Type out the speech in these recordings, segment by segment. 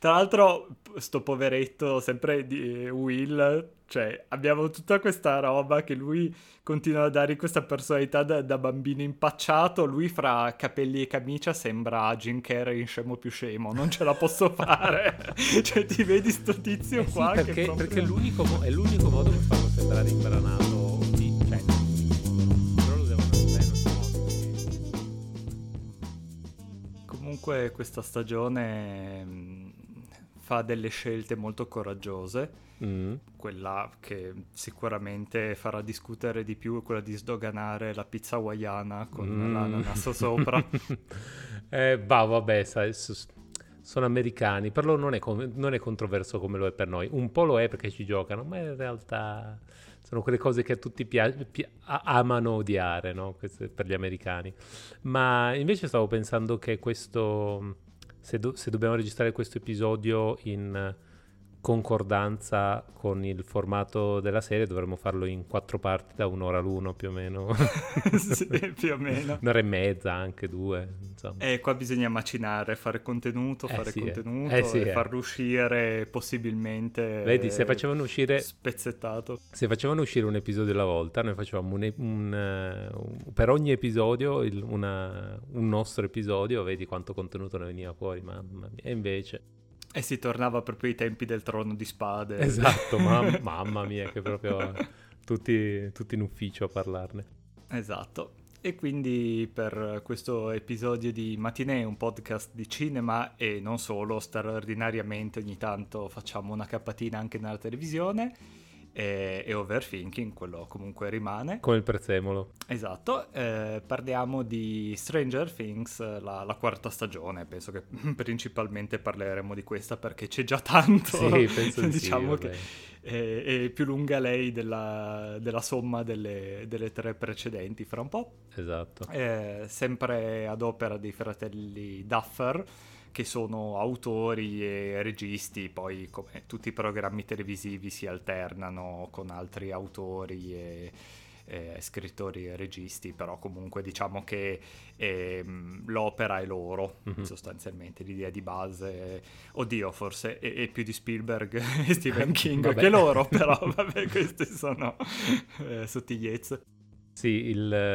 Tra l'altro, sto poveretto, sempre di Will, cioè abbiamo tutta questa roba che lui continua a dare questa personalità da bambino impacciato, lui fra capelli e camicia sembra Jim Carrey in Scemo più scemo, non ce la posso fare. Cioè ti vedi sto tizio Sì, qua che perché, proprio... perché è l'unico modo per farlo sembrare imbranato. Sì, cioè, però lo devono fare in altri modi. Comunque questa stagione fa delle scelte molto coraggiose. Mm. Quella che sicuramente farà discutere di più è quella di sdoganare la pizza hawaiana con l'ananas sopra. Vabbè, sai, sono americani, per loro non è controverso come lo è per noi. Un po' lo è perché ci giocano, ma in realtà sono quelle cose che a tutti amano odiare, no? Queste per gli americani. Ma invece stavo pensando che questo, se dobbiamo registrare questo episodio in concordanza con il formato della serie, dovremmo farlo in 4 parti da 1 ora l'uno più o meno. Sì, più o meno. 1 ora e mezza, anche 2, insomma. E qua bisogna macinare, fare contenuto Sì, e farlo uscire possibilmente Vedi, se facevano uscire un episodio alla volta, noi facevamo per ogni episodio un nostro episodio, vedi quanto contenuto ne veniva fuori, mamma mia. E invece... E si tornava proprio ai tempi del Trono di Spade. Esatto, mamma mia, che proprio tutti in ufficio a parlarne. Esatto. E quindi per questo episodio di Matinee, un podcast di cinema e non solo, straordinariamente ogni tanto facciamo una capatina anche nella televisione, e Overthinking, quello comunque rimane. Come il prezzemolo. Esatto, parliamo di Stranger Things, la 4ª stagione, penso che principalmente parleremo di questa perché c'è già tanto. Sì, penso di diciamo sì, che è più lunga lei della somma delle 3 precedenti fra un po'. Esatto. Sempre ad opera dei fratelli Duffer, che sono autori e registi, poi come tutti i programmi televisivi si alternano con altri autori e scrittori e registi, però comunque diciamo che l'opera è loro, sostanzialmente l'idea di base, oddio forse è più di Spielberg e Stephen King che loro, però vabbè, queste sono sottigliezze. Sì,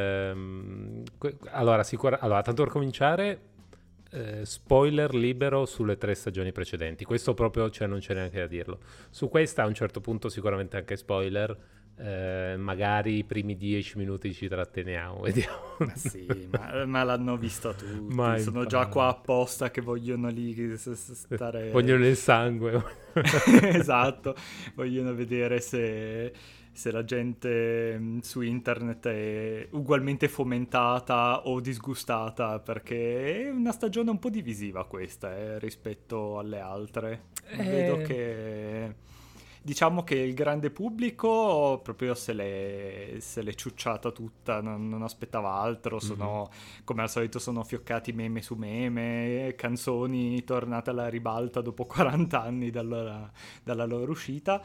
allora, tanto per cominciare, spoiler libero sulle 3 stagioni precedenti, questo proprio, cioè, non c'è neanche da dirlo. Su questa a un certo punto sicuramente anche spoiler, magari i primi 10 minuti ci tratteniamo, vediamo. Ma sì, ma l'hanno vista tutti, sono già qua apposta che vogliono lì stare... vogliono il sangue. Esatto, vogliono vedere se la gente su internet è ugualmente fomentata o disgustata, perché è una stagione un po' divisiva questa, rispetto alle altre. Vedo che... Diciamo che il grande pubblico proprio se l'è ciucciata tutta, non aspettava altro, come al solito sono fioccati meme su meme, canzoni tornate alla ribalta dopo 40 anni dalla loro uscita,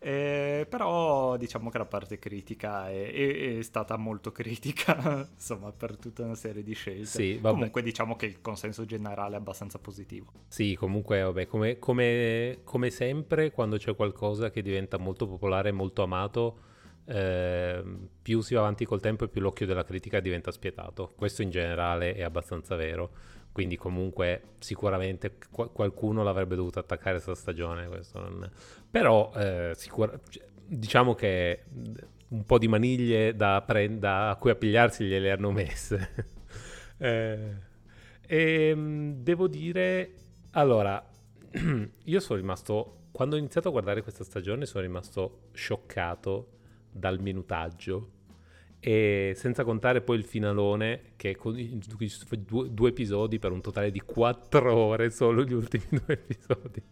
però diciamo che la parte critica è stata molto critica, insomma, per tutta una serie di scelte. Sì, vabbè. Comunque diciamo che il consenso generale è abbastanza positivo. Sì, comunque vabbè, come sempre quando c'è qualcosa che diventa molto popolare e molto amato, più si va avanti col tempo e più l'occhio della critica diventa spietato. Questo in generale è abbastanza vero, quindi comunque sicuramente qualcuno l'avrebbe dovuto attaccare questa stagione, però diciamo che un po' di maniglie a cui appigliarsi gliele hanno messe. E devo dire, allora, io sono rimasto, quando ho iniziato a guardare questa stagione sono rimasto scioccato dal minutaggio, e senza contare poi il finalone che due episodi per un totale di 4 ore, solo gli ultimi 2 episodi.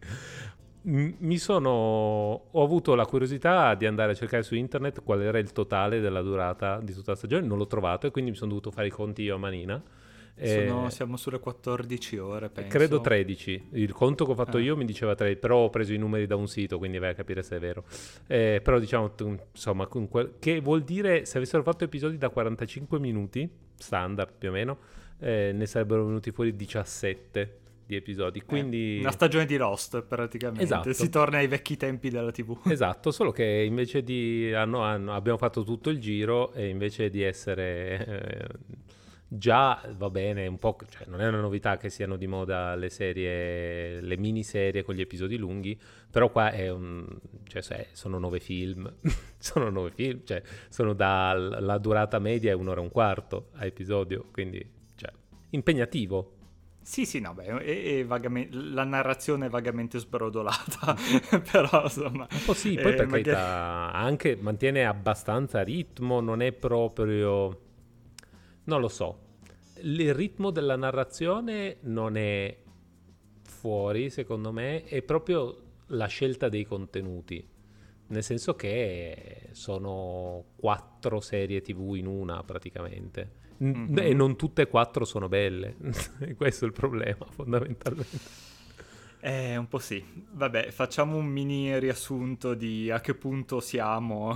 Ho avuto la curiosità di andare a cercare su internet qual era il totale della durata di tutta la stagione, non l'ho trovato e quindi mi sono dovuto fare i conti io a manina. Siamo sulle 14 ore, penso. Credo 13. Il conto che ho fatto io mi diceva 13, però ho preso i numeri da un sito, quindi vai a capire se è vero. Però diciamo, insomma, che vuol dire, se avessero fatto episodi da 45 minuti, standard più o meno, ne sarebbero venuti fuori 17 di episodi, quindi... Una stagione di Lost, praticamente. Esatto. Si torna ai vecchi tempi della TV. Esatto, solo che invece di... abbiamo fatto tutto il giro e invece di essere... già va bene, un po', cioè non è una novità che siano di moda le serie, le miniserie con gli episodi lunghi, però qua è cioè, sono 9 film, sono 9 film, cioè la durata media è 1 ora e un quarto a episodio, quindi cioè, impegnativo. Sì, no, beh, la narrazione è vagamente sbrodolata, però insomma... Un po' sì, poi per magari... carità anche mantiene abbastanza ritmo, non è proprio... non lo so. Il ritmo della narrazione non è fuori, secondo me, è proprio la scelta dei contenuti. Nel senso che sono 4 serie TV in una, praticamente. E non tutte e 4 sono belle. Questo è il problema, fondamentalmente. Un po' sì. Vabbè, facciamo un mini riassunto di a che punto siamo.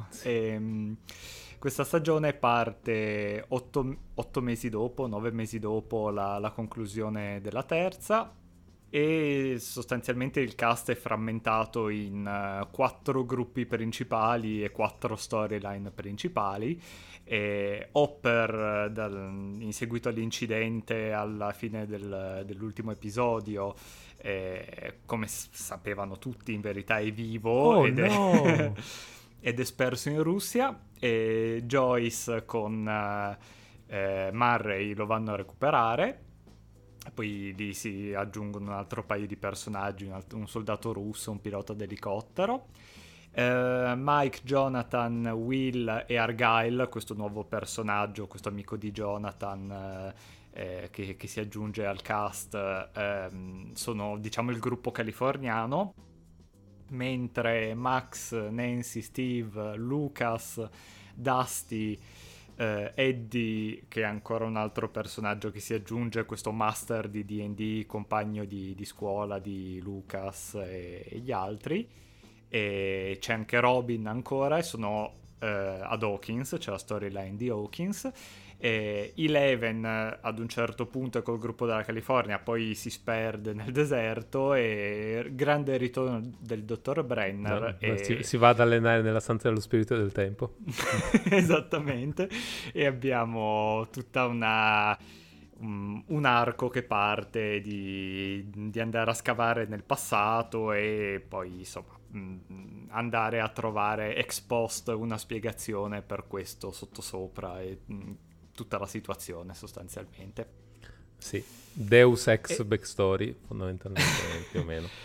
Questa stagione parte 8 mesi dopo, 9 mesi dopo la conclusione della terza, e sostanzialmente il cast è frammentato in 4 gruppi principali e 4 storyline principali. E Hopper, in seguito all'incidente alla fine dell'ultimo episodio, come sapevano tutti, in verità è vivo. Oh ed no! ed è sperso in Russia, e Joyce con Murray lo vanno a recuperare. Poi lì si aggiungono un altro paio di personaggi, un soldato russo, un pilota d'elicottero. Mike, Jonathan, Will e Argyle, questo nuovo personaggio, questo amico di Jonathan che si aggiunge al cast, sono, diciamo, il gruppo californiano, mentre Max, Nancy, Steve, Lucas, Dusty, Eddie, che è ancora un altro personaggio che si aggiunge, questo master di D&D, compagno di scuola di Lucas e gli altri, e c'è anche Robin ancora, e sono ad Hawkins, c'è la storyline di Hawkins. Eleven ad un certo punto è col gruppo della California, poi si sperde nel deserto, e grande ritorno del dottor Brenner. Si va ad allenare nella stanza dello spirito del tempo. Esattamente, e abbiamo tutta un arco che parte di andare a scavare nel passato, e poi insomma andare a trovare ex post una spiegazione per questo sottosopra e tutta la situazione, sostanzialmente. Sì, Deus ex backstory, fondamentalmente, più o meno.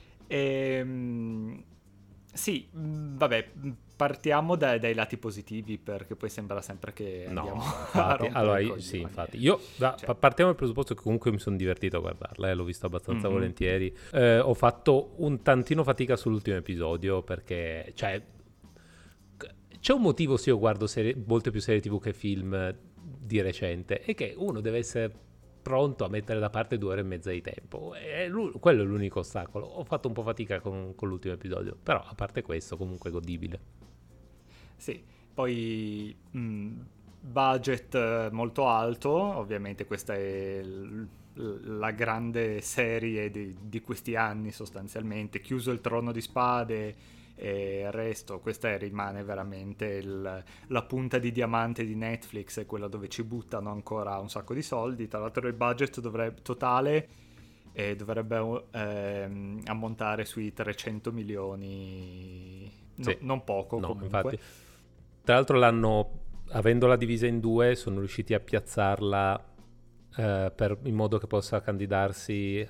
Sì, vabbè, partiamo dai lati positivi, perché poi sembra sempre che andiamo a rompere allora, i sì, coglioni. infatti, io partiamo dal presupposto che comunque mi sono divertito a guardarla, l'ho visto abbastanza volentieri. Ho fatto un tantino fatica sull'ultimo episodio, perché, cioè, c'è un motivo se io guardo molte più serie TV che film di recente, è che uno deve essere pronto a mettere da parte 2 ore e mezza di tempo, e quello è l'unico ostacolo. Ho fatto un po' fatica con l'ultimo episodio, però a parte questo comunque godibile. Sì, poi budget molto alto, ovviamente questa è la grande serie di questi anni, sostanzialmente, chiuso il Trono di Spade e il resto, questa rimane veramente la punta di diamante di Netflix, è quella dove ci buttano ancora un sacco di soldi. Tra l'altro il budget totale dovrebbe ammontare sui 300 milioni, Sì. non poco, no, comunque. Infatti. Tra l'altro avendola divisa in 2, sono riusciti a piazzarla in modo che possa candidarsi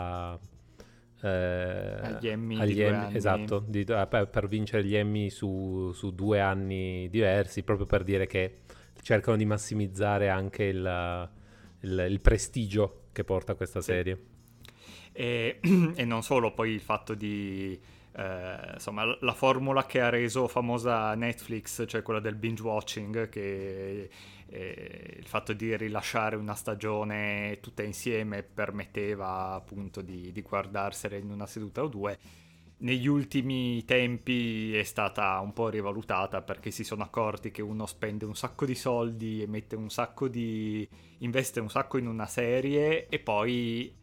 agli Emmy agli di 2 Emmy, anni. esatto, per vincere gli Emmy su 2 anni diversi, proprio per dire che cercano di massimizzare anche il prestigio che porta questa serie. E non solo, poi il fatto di insomma, la formula che ha reso famosa Netflix, cioè quella del binge watching, che il fatto di rilasciare una stagione tutta insieme permetteva appunto di guardarsela in una seduta o due. Negli ultimi tempi è stata un po' rivalutata, perché si sono accorti che uno spende un sacco di soldi e investe un sacco in una serie, e poi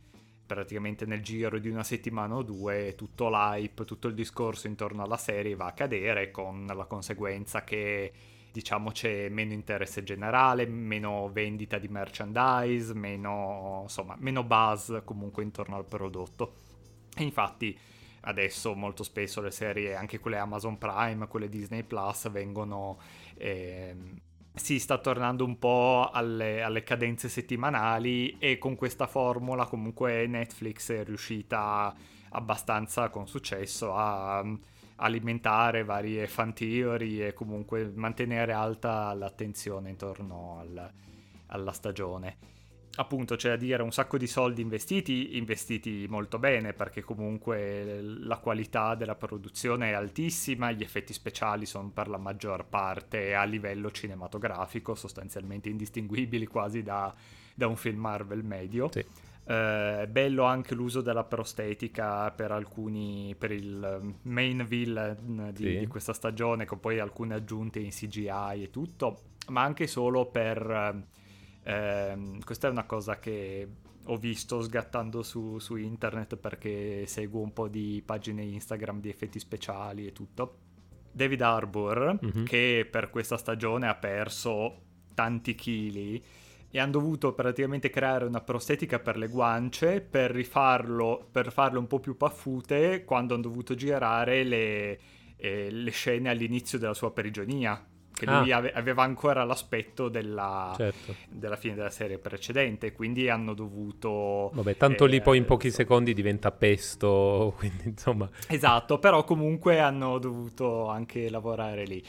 praticamente nel giro di una settimana o due tutto l'hype, tutto il discorso intorno alla serie va a cadere, con la conseguenza che diciamo c'è meno interesse generale, meno vendita di merchandise, meno buzz comunque intorno al prodotto. E infatti adesso molto spesso le serie, anche quelle Amazon Prime, quelle Disney Plus, vengono si sta tornando un po' alle cadenze settimanali, e con questa formula comunque Netflix è riuscita abbastanza con successo a alimentare varie fan theory e comunque mantenere alta l'attenzione intorno alla stagione. Appunto, c'è da dire, un sacco di soldi investiti molto bene, perché comunque la qualità della produzione è altissima, gli effetti speciali sono per la maggior parte a livello cinematografico, sostanzialmente indistinguibili quasi da un film Marvel medio. Sì. Bello anche l'uso della prostetica per il main villain di questa stagione, con poi alcune aggiunte in CGI e tutto, ma anche solo per... questa è una cosa che ho visto sgattando su internet, perché seguo un po' di pagine Instagram di effetti speciali e tutto. David Harbour, che per questa stagione ha perso tanti chili, e hanno dovuto praticamente creare una prostetica per le guance per farlo un po' più paffute quando hanno dovuto girare le scene all'inizio della sua prigionia, che lui aveva ancora l'aspetto della fine della serie precedente, quindi hanno dovuto... Vabbè, tanto lì poi in pochi secondi diventa pesto, quindi insomma... Esatto, però comunque hanno dovuto anche lavorare lì.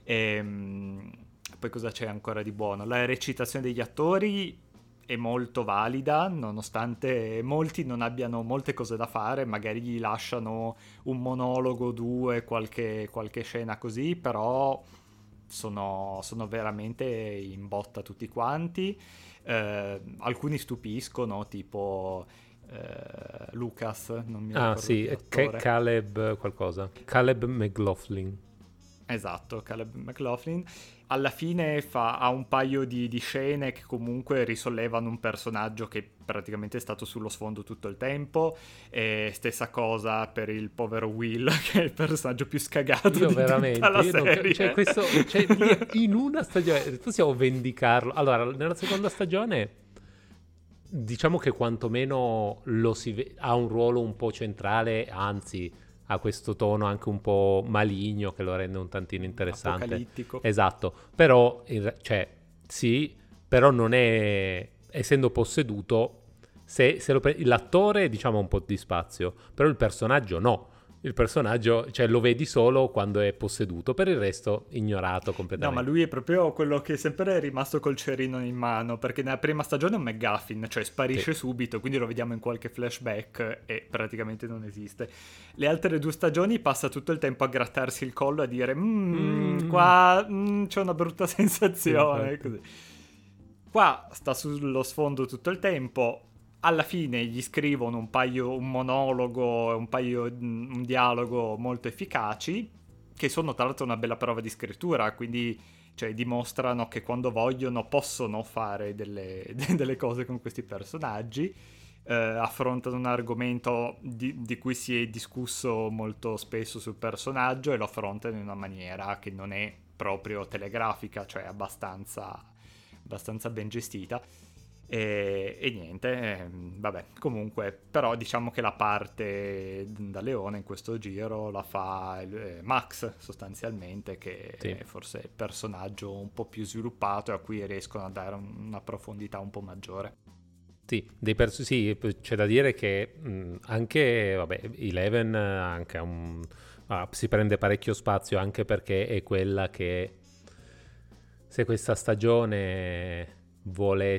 Poi cosa c'è ancora di buono? La recitazione degli attori è molto valida, nonostante molti non abbiano molte cose da fare, magari gli lasciano un monologo, due, qualche scena così, però sono veramente in botta tutti quanti. Alcuni stupiscono, tipo Lucas, non mi ricordo sì, Caleb qualcosa. Caleb McLaughlin. Esatto, Caleb McLaughlin. Alla fine ha un paio di scene che comunque risollevano un personaggio che praticamente è stato sullo sfondo tutto il tempo. E stessa cosa per il povero Will, che è il personaggio più scagato di tutta la serie. In una stagione possiamo vendicarlo. Allora, nella seconda stagione diciamo che quantomeno ha un ruolo un po' centrale, anzi ha questo tono anche un po' maligno che lo rende un tantino interessante. Apocalittico. Esatto, però sì, però non è, essendo posseduto, l'attore diciamo ha un po' di spazio, però il personaggio no. Il personaggio, lo vedi solo quando è posseduto, per il resto ignorato completamente. No, ma lui è proprio quello che sempre è rimasto col cerino in mano, perché nella prima stagione è un McGuffin, cioè sparisce subito, quindi lo vediamo in qualche flashback e praticamente non esiste. Le altre 2 stagioni passa tutto il tempo a grattarsi il collo, a dire qua c'è una brutta sensazione, così. Qua sta sullo sfondo tutto il tempo. Alla fine gli scrivono un monologo, un dialogo molto efficaci, che sono tra l'altro una bella prova di scrittura, quindi dimostrano che quando vogliono possono fare delle cose con questi personaggi. Affrontano un argomento di cui si è discusso molto spesso sul personaggio, e lo affrontano in una maniera che non è proprio telegrafica, cioè abbastanza ben gestita. E niente, vabbè, comunque, però diciamo che la parte da leone in questo giro la fa Max, sostanzialmente, che è forse il personaggio un po' più sviluppato e a cui riescono a dare una profondità un po' maggiore. Sì, sì, c'è da dire che anche, Eleven anche si prende parecchio spazio, anche perché è quella che, se questa stagione vuole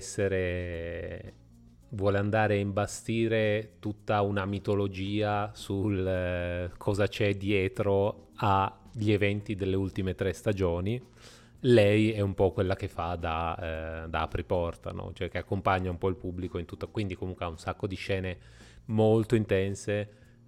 andare a imbastire tutta una mitologia sul cosa c'è dietro agli eventi delle ultime 3 stagioni, lei è un po' quella che fa da apriporta, no? Cioè che accompagna un po' il pubblico in tutto, quindi comunque ha un sacco di scene molto intense,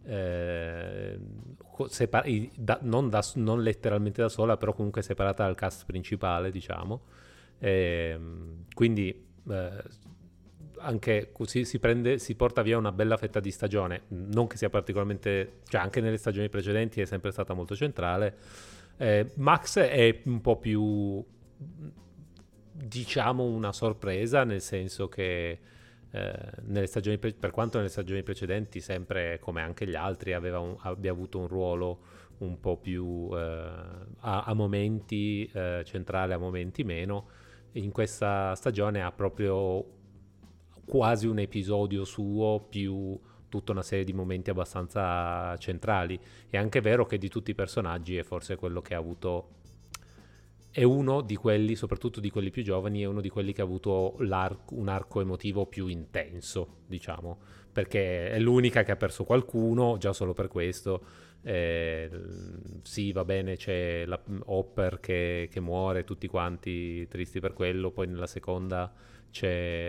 non letteralmente da sola, però comunque separata dal cast principale, diciamo. Quindi anche così si porta via una bella fetta di stagione, non che sia particolarmente, cioè anche nelle stagioni precedenti è sempre stata molto centrale. Max è un po' più, diciamo, una sorpresa, nel senso che nelle stagioni per quanto nelle stagioni precedenti sempre come anche gli altri abbia avuto un ruolo un po' più a momenti centrale, a momenti meno. In questa stagione ha proprio quasi un episodio suo più tutta una serie di momenti abbastanza centrali. È anche vero che di tutti i personaggi è forse quello che ha avuto, è uno di quelli, soprattutto di quelli più giovani, è uno di quelli che ha avuto un arco emotivo più intenso, diciamo, perché è l'unica che ha perso qualcuno, già solo per questo. Sì, va bene, c'è Hopper che muore, tutti quanti tristi per quello. Poi nella seconda c'è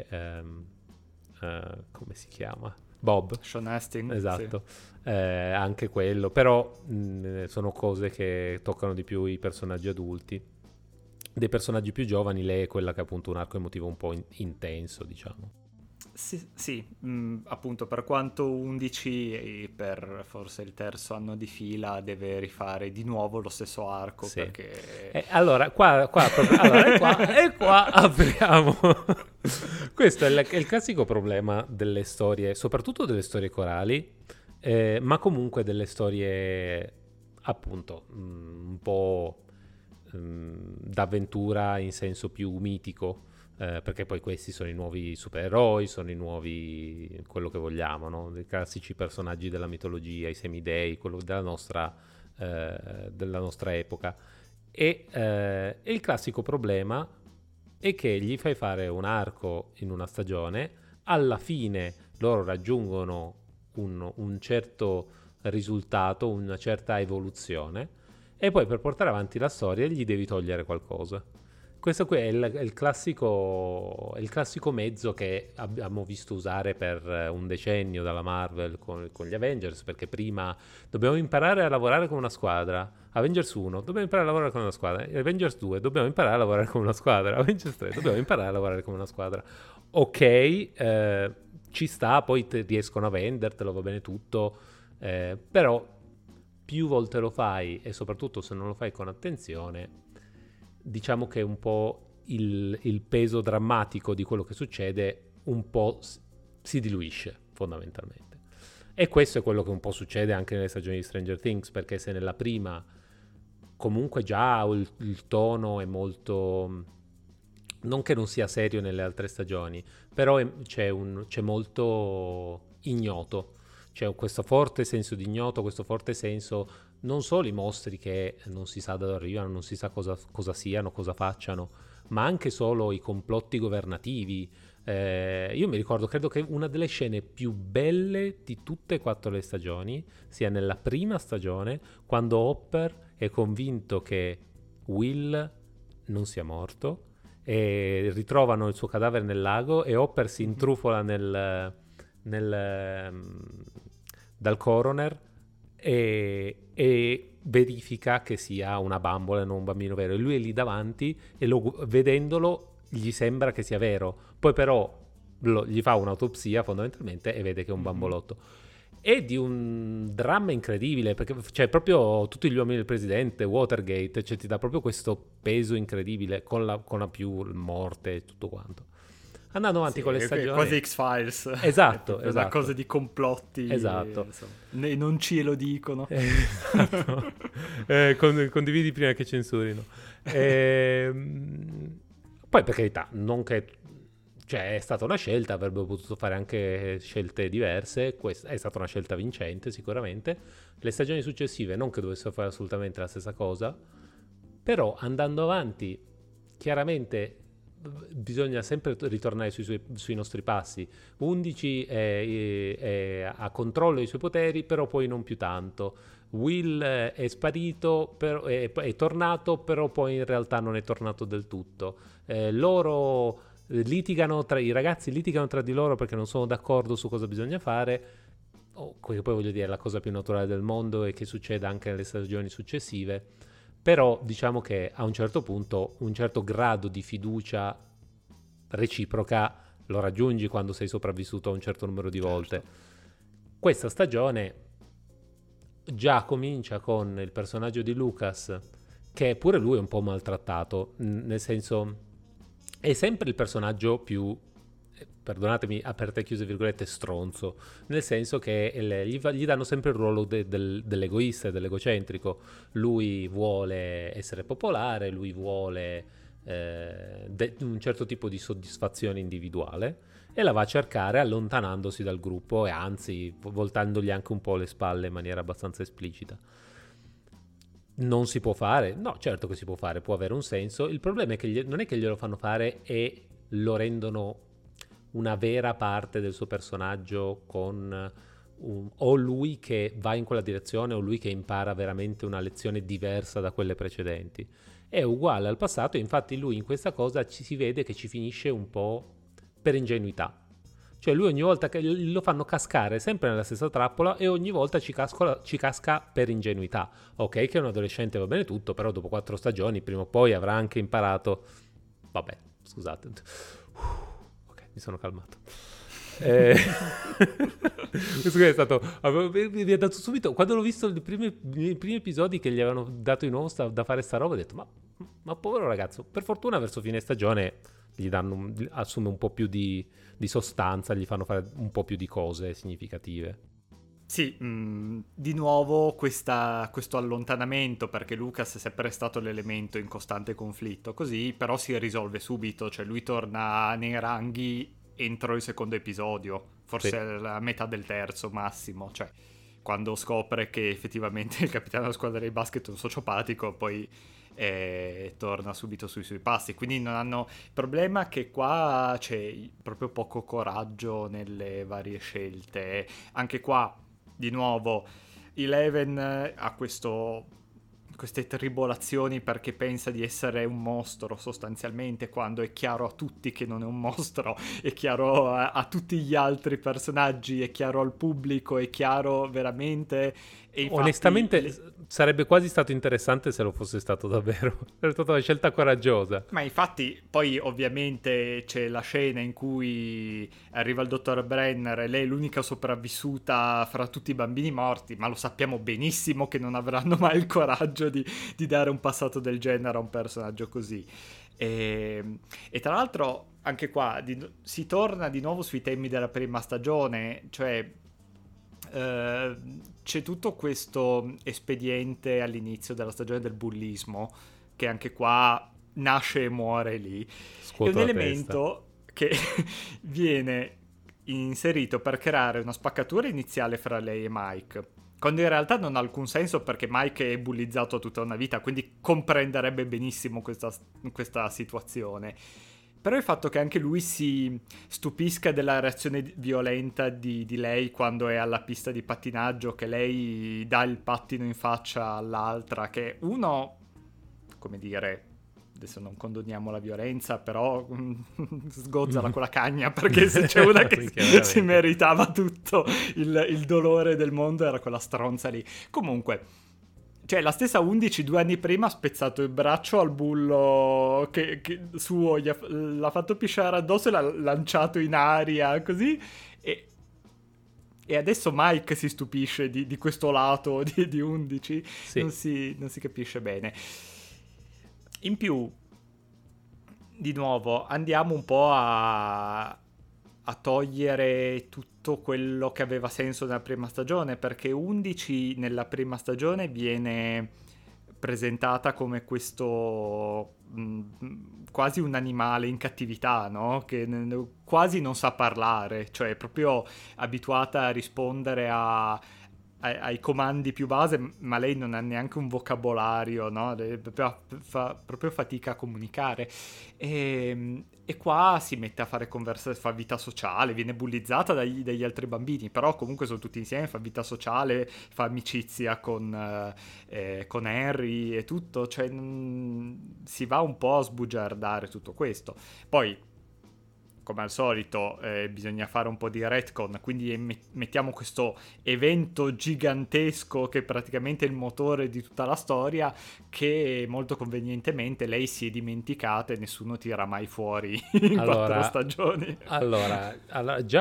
come si chiama? Bob. Sean Astin. Esatto, sì. Anche quello, però sono cose che toccano di più i personaggi adulti. Dei personaggi più giovani lei è quella che ha appunto un arco emotivo un po' intenso, diciamo. Sì, appunto, per quanto 11 e per forse il terzo anno di fila deve rifare di nuovo lo stesso arco, Sì. perché... Allora, qua apriamo. Questo è il classico problema delle storie, soprattutto delle storie corali, ma comunque delle storie, appunto, un po' d'avventura in senso più mitico. Perché poi questi sono i nuovi supereroi, sono i nuovi quello che vogliamo, no? I classici personaggi della mitologia, i semidei, quello della nostra epoca. E il classico problema è che gli fai fare un arco in una stagione, alla fine loro raggiungono un certo risultato, una certa evoluzione, e poi per portare avanti la storia gli devi togliere qualcosa. Questo qui è il classico mezzo che abbiamo visto usare per un decennio dalla Marvel con gli Avengers, perché prima dobbiamo imparare a lavorare come una squadra. Avengers 1, dobbiamo imparare a lavorare come una squadra. Avengers 2, dobbiamo imparare a lavorare come una squadra. Avengers 3, dobbiamo imparare a lavorare come una squadra. Ok, ci sta, poi riescono a vendertelo, va bene tutto, però più volte lo fai, e soprattutto se non lo fai con attenzione, diciamo che un po' il peso drammatico di quello che succede un po' si diluisce fondamentalmente. E questo è quello che un po' succede anche nelle stagioni di Stranger Things, perché se nella prima comunque già il tono è molto, non che non sia serio nelle altre stagioni, però c'è molto ignoto, c'è questo forte senso di ignoto, questo forte senso, non solo i mostri che non si sa da dove arrivano, non si sa cosa siano, cosa facciano, ma anche solo i complotti governativi. Io mi ricordo, credo che una delle scene più belle di tutte e 4 le stagioni sia nella prima stagione, quando Hopper è convinto che Will non sia morto e ritrovano il suo cadavere nel lago e Hopper si intrufola dal coroner e verifica che sia una bambola e non un bambino vero, e lui è lì davanti e vedendolo gli sembra che sia vero, poi però gli fa un'autopsia fondamentalmente e vede che è un bambolotto. È di un dramma incredibile, perché c'è proprio tutti gli uomini del presidente, Watergate, cioè ti dà proprio questo peso incredibile con la più morte e tutto quanto. Andando avanti con le stagioni, quasi X-Files. Esatto, È esatto. una cosa di complotti. Esatto. Non ce lo dicono. Esatto. Condividi prima che censurino. Poi per carità, non che, cioè, è stata una scelta, avrebbe potuto fare anche scelte diverse, questa è stata una scelta vincente sicuramente. Le stagioni successive non che dovessero fare assolutamente la stessa cosa, però andando avanti chiaramente bisogna sempre ritornare sui nostri passi. 11 ha controllo dei suoi poteri, però poi non più tanto. Will è sparito, è tornato, però poi in realtà non è tornato del tutto. Loro i ragazzi litigano tra di loro perché non sono d'accordo su cosa bisogna fare. Poi voglio dire, è la cosa più naturale del mondo e che succede anche nelle stagioni successive. Però diciamo che a un certo punto un certo grado di fiducia reciproca lo raggiungi quando sei sopravvissuto a un certo numero di volte. Certo. Questa stagione già comincia con il personaggio di Lucas, che pure lui è un po' maltrattato, nel senso è sempre il personaggio più, perdonatemi, aperte e chiuse virgolette, stronzo, nel senso che gli danno sempre il ruolo dell'egoista e dell'egocentrico. Lui vuole essere popolare, lui vuole un certo tipo di soddisfazione individuale e la va a cercare allontanandosi dal gruppo e anzi voltandogli anche un po' le spalle in maniera abbastanza esplicita. Non si può fare? No, certo che si può fare, può avere un senso. Il problema è che non è che glielo fanno fare e lo rendono una vera parte del suo personaggio con o lui che va in quella direzione o lui che impara veramente una lezione diversa da quelle precedenti. È uguale al passato e infatti lui in questa cosa ci si vede che ci finisce un po' per ingenuità. Cioè lui ogni volta che lo fanno cascare sempre nella stessa trappola e ogni volta ci casca per ingenuità. Ok che è un adolescente, va bene tutto, però dopo 4 stagioni prima o poi avrà anche imparato. Vabbè, scusate. Ok, mi sono calmato. Questo è stato, mi ha dato subito, quando l'ho visto nei primi episodi che gli avevano dato di nuovo da fare sta roba, ho detto ma povero ragazzo. Per fortuna verso fine stagione assume un po' più di sostanza, gli fanno fare un po' più di cose significative. Sì, di nuovo questo allontanamento, perché Lucas è sempre stato l'elemento in costante conflitto, così però si risolve subito, cioè lui torna nei ranghi entro il secondo episodio, forse Sì. a metà del terzo massimo, cioè quando scopre che effettivamente il capitano della squadra di basket è un sociopatico, poi torna subito sui suoi passi. Quindi non hanno il problema è che qua c'è proprio poco coraggio nelle varie scelte. Anche qua, di nuovo, Eleven ha queste tribolazioni perché pensa di essere un mostro sostanzialmente, quando è chiaro a tutti che non è un mostro, è chiaro a tutti gli altri personaggi, è chiaro al pubblico, è chiaro veramente. E infatti, onestamente sarebbe quasi stato interessante se lo fosse stato davvero. È stata una scelta coraggiosa. ma infatti poi ovviamente c'è la scena in cui arriva il dottor Brenner e lei è l'unica sopravvissuta fra tutti i bambini morti, ma lo sappiamo benissimo che non avranno mai il coraggio di dare un passato del genere a un personaggio così. E tra l'altro anche qua si torna di nuovo sui temi della prima stagione, cioè c'è tutto questo espediente all'inizio della stagione del bullismo che anche qua nasce e muore lì. È un Scuoto la testa. elemento che viene inserito per creare una spaccatura iniziale fra lei e Mike, quando in realtà non ha alcun senso perché Mike è bullizzato tutta una vita, quindi comprenderebbe benissimo questa situazione. Però il fatto che anche lui si stupisca della reazione violenta di lei quando è alla pista di pattinaggio, che lei dà il pattino in faccia all'altra, che uno, come dire, adesso non condoniamo la violenza, però sgozzala con la cagna, perché se c'è una che si meritava tutto il dolore del mondo era quella stronza lì. Comunque, cioè, la stessa 11 2 anni prima ha spezzato il braccio al bullo che suo, l'ha fatto pisciare addosso e l'ha lanciato in aria, così. E adesso Mike si stupisce di questo lato di 11. Sì. Non si capisce bene. In più, di nuovo, andiamo un po' a togliere tutto quello che aveva senso nella prima stagione, perché 11 nella prima stagione viene presentata come questo quasi un animale in cattività, no? Che quasi non sa parlare, cioè è proprio abituata a rispondere ai comandi più base, ma lei non ha neanche un vocabolario, no? Fa proprio fatica a comunicare. E qua si mette a fare fa vita sociale, viene bullizzata dagli altri bambini, però comunque sono tutti insieme, fa vita sociale, fa amicizia con Henry e tutto, cioè si va un po' a sbugiardare tutto questo. Poi come al solito bisogna fare un po' di retcon, quindi mettiamo questo evento gigantesco che è praticamente il motore di tutta la storia, che molto convenientemente lei si è dimenticata e nessuno tira mai fuori in 4 stagioni. Allora già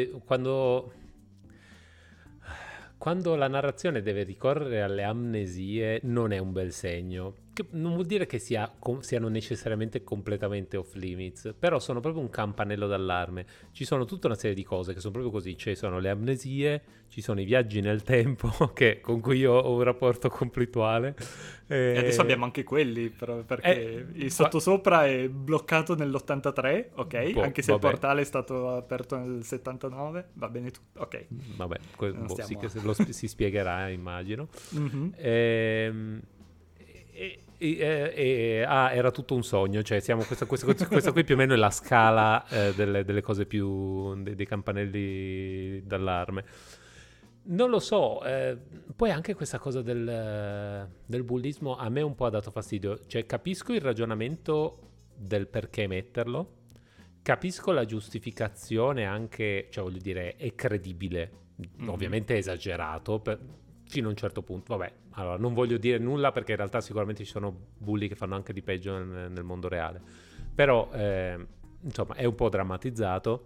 quando la narrazione deve ricorrere alle amnesie non è un bel segno. Che non vuol dire che siano necessariamente completamente off limits, però sono proprio un campanello d'allarme. Ci sono tutta una serie di cose che sono proprio così. Ci sono le amnesie, ci sono i viaggi nel tempo, con cui io ho un rapporto conflittuale. E adesso abbiamo anche quelli, però, perché il sottosopra è bloccato nell'83, ok? Anche se il portale è stato aperto nel 79, va bene tutto, ok. Vabbè, sì che si spiegherà, immagino. Mm-hmm. Era tutto un sogno, cioè questa qui più o meno è la scala delle cose più dei campanelli d'allarme. Non lo so, poi anche questa cosa del bullismo a me un po' ha dato fastidio, cioè capisco il ragionamento del perché metterlo, capisco la giustificazione anche, cioè voglio dire, è credibile, ovviamente è esagerato fino a un certo punto. Vabbè, allora non voglio dire nulla perché in realtà sicuramente ci sono bulli che fanno anche di peggio nel mondo reale, però insomma è un po' drammatizzato,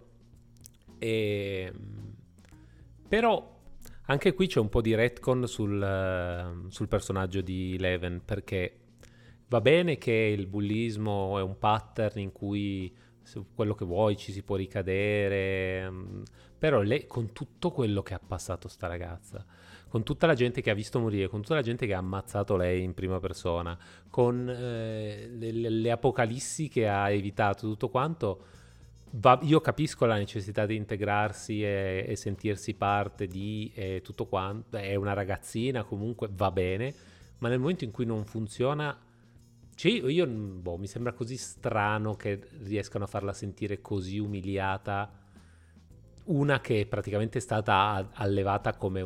però anche qui c'è un po' di retcon sul personaggio di Eleven, perché va bene che il bullismo è un pattern in cui quello che vuoi ci si può ricadere, però lei, con tutto quello che ha passato sta ragazza, con tutta la gente che ha visto morire, con tutta la gente che ha ammazzato lei in prima persona, con le apocalissi che ha evitato, tutto quanto, io capisco la necessità di integrarsi e sentirsi parte di tutto quanto, è una ragazzina, comunque va bene, ma nel momento in cui non funziona, mi sembra così strano che riescano a farla sentire così umiliata, una che è praticamente stata allevata come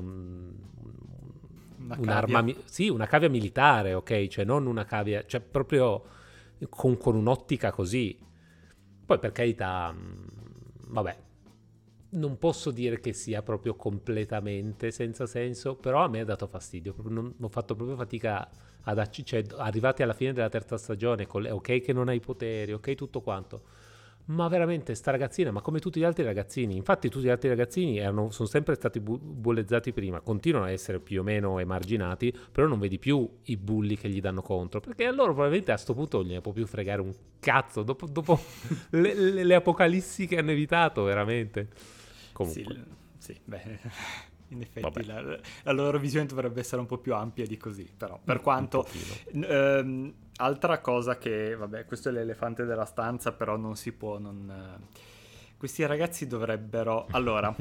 un'arma, una cavia militare, ok? Cioè non una cavia, cioè proprio con un'ottica così. Poi per carità, vabbè, non posso dire che sia proprio completamente senza senso, però a me ha dato fastidio, ho fatto proprio fatica cioè arrivati alla fine della terza stagione, ok che non hai poteri, ok tutto quanto, ma veramente sta ragazzina, ma come tutti gli altri ragazzini, infatti tutti gli altri ragazzini sono sempre stati bullizzati prima, continuano a essere più o meno emarginati, però non vedi più i bulli che gli danno contro, perché a loro probabilmente a sto punto non gliene può più fregare un cazzo dopo le apocalissi che hanno evitato, veramente. Comunque sì, beh, in effetti la loro visione dovrebbe essere un po' più ampia di così, però per quanto altra cosa che, vabbè, questo è l'elefante della stanza, però non si può non questi ragazzi dovrebbero, allora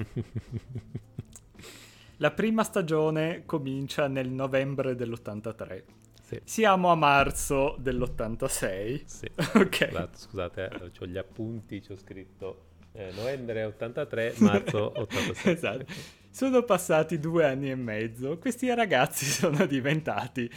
la prima stagione comincia nel novembre dell'83. Sì. Siamo a marzo dell'86. Sì. Ok. Scusate, ho gli appunti, ci ho scritto novembre 83, marzo 86. Esatto. Sono passati 2 anni e mezzo. Questi ragazzi sono diventati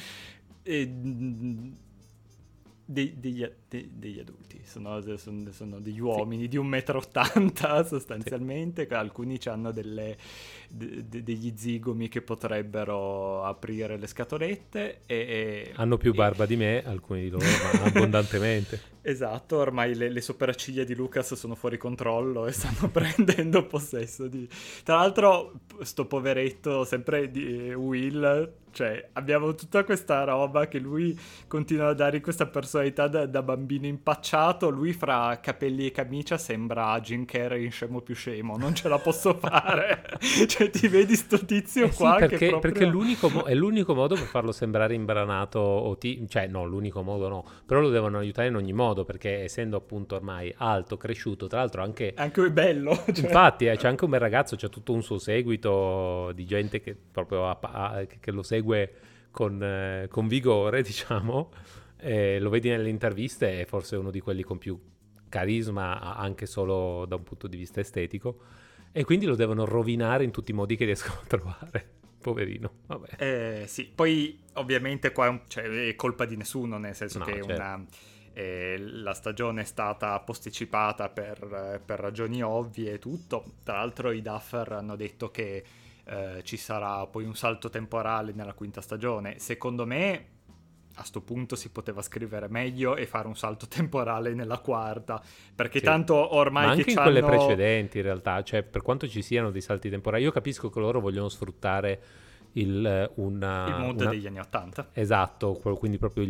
degli adulti, sono degli uomini di 1,80 m sostanzialmente, sì. Alcuni hanno degli zigomi che potrebbero aprire le scatolette hanno più barba di me, alcuni di loro, ma abbondantemente. Esatto, ormai le sopracciglia di Lucas sono fuori controllo e stanno prendendo possesso di... Tra l'altro, sto poveretto, sempre di Will, cioè abbiamo tutta questa roba che lui continua a dare questa personalità da bambino impacciato, lui fra capelli e camicia sembra Jim Carrey in Scemo più scemo, non ce la posso fare. Cioè ti vedi sto tizio qua perché, che proprio... perché è l'unico modo per farlo sembrare imbranato, cioè no, l'unico modo no, però lo devono aiutare in ogni modo, perché essendo appunto ormai alto, cresciuto, tra l'altro anche bello, cioè... infatti c'è anche un bel ragazzo, c'è tutto un suo seguito di gente che proprio che lo segue con vigore, diciamo, lo vedi nelle interviste, è forse uno di quelli con più carisma anche solo da un punto di vista estetico, e quindi lo devono rovinare in tutti i modi che riescono a trovare. Poverino, vabbè. Sì, poi ovviamente qua è colpa di nessuno, nel senso che è certo. La stagione è stata posticipata per ragioni ovvie e tutto. Tra l'altro i Duffer hanno detto che ci sarà poi un salto temporale nella quinta stagione. Secondo me a sto punto si poteva scrivere meglio e fare un salto temporale nella quarta, perché Sì. tanto Ma ormai che anche in quelle c'hanno precedenti, in realtà, cioè per quanto ci siano dei salti temporali, io capisco che loro vogliono sfruttare il mood una... degli anni '80. Esatto, quindi proprio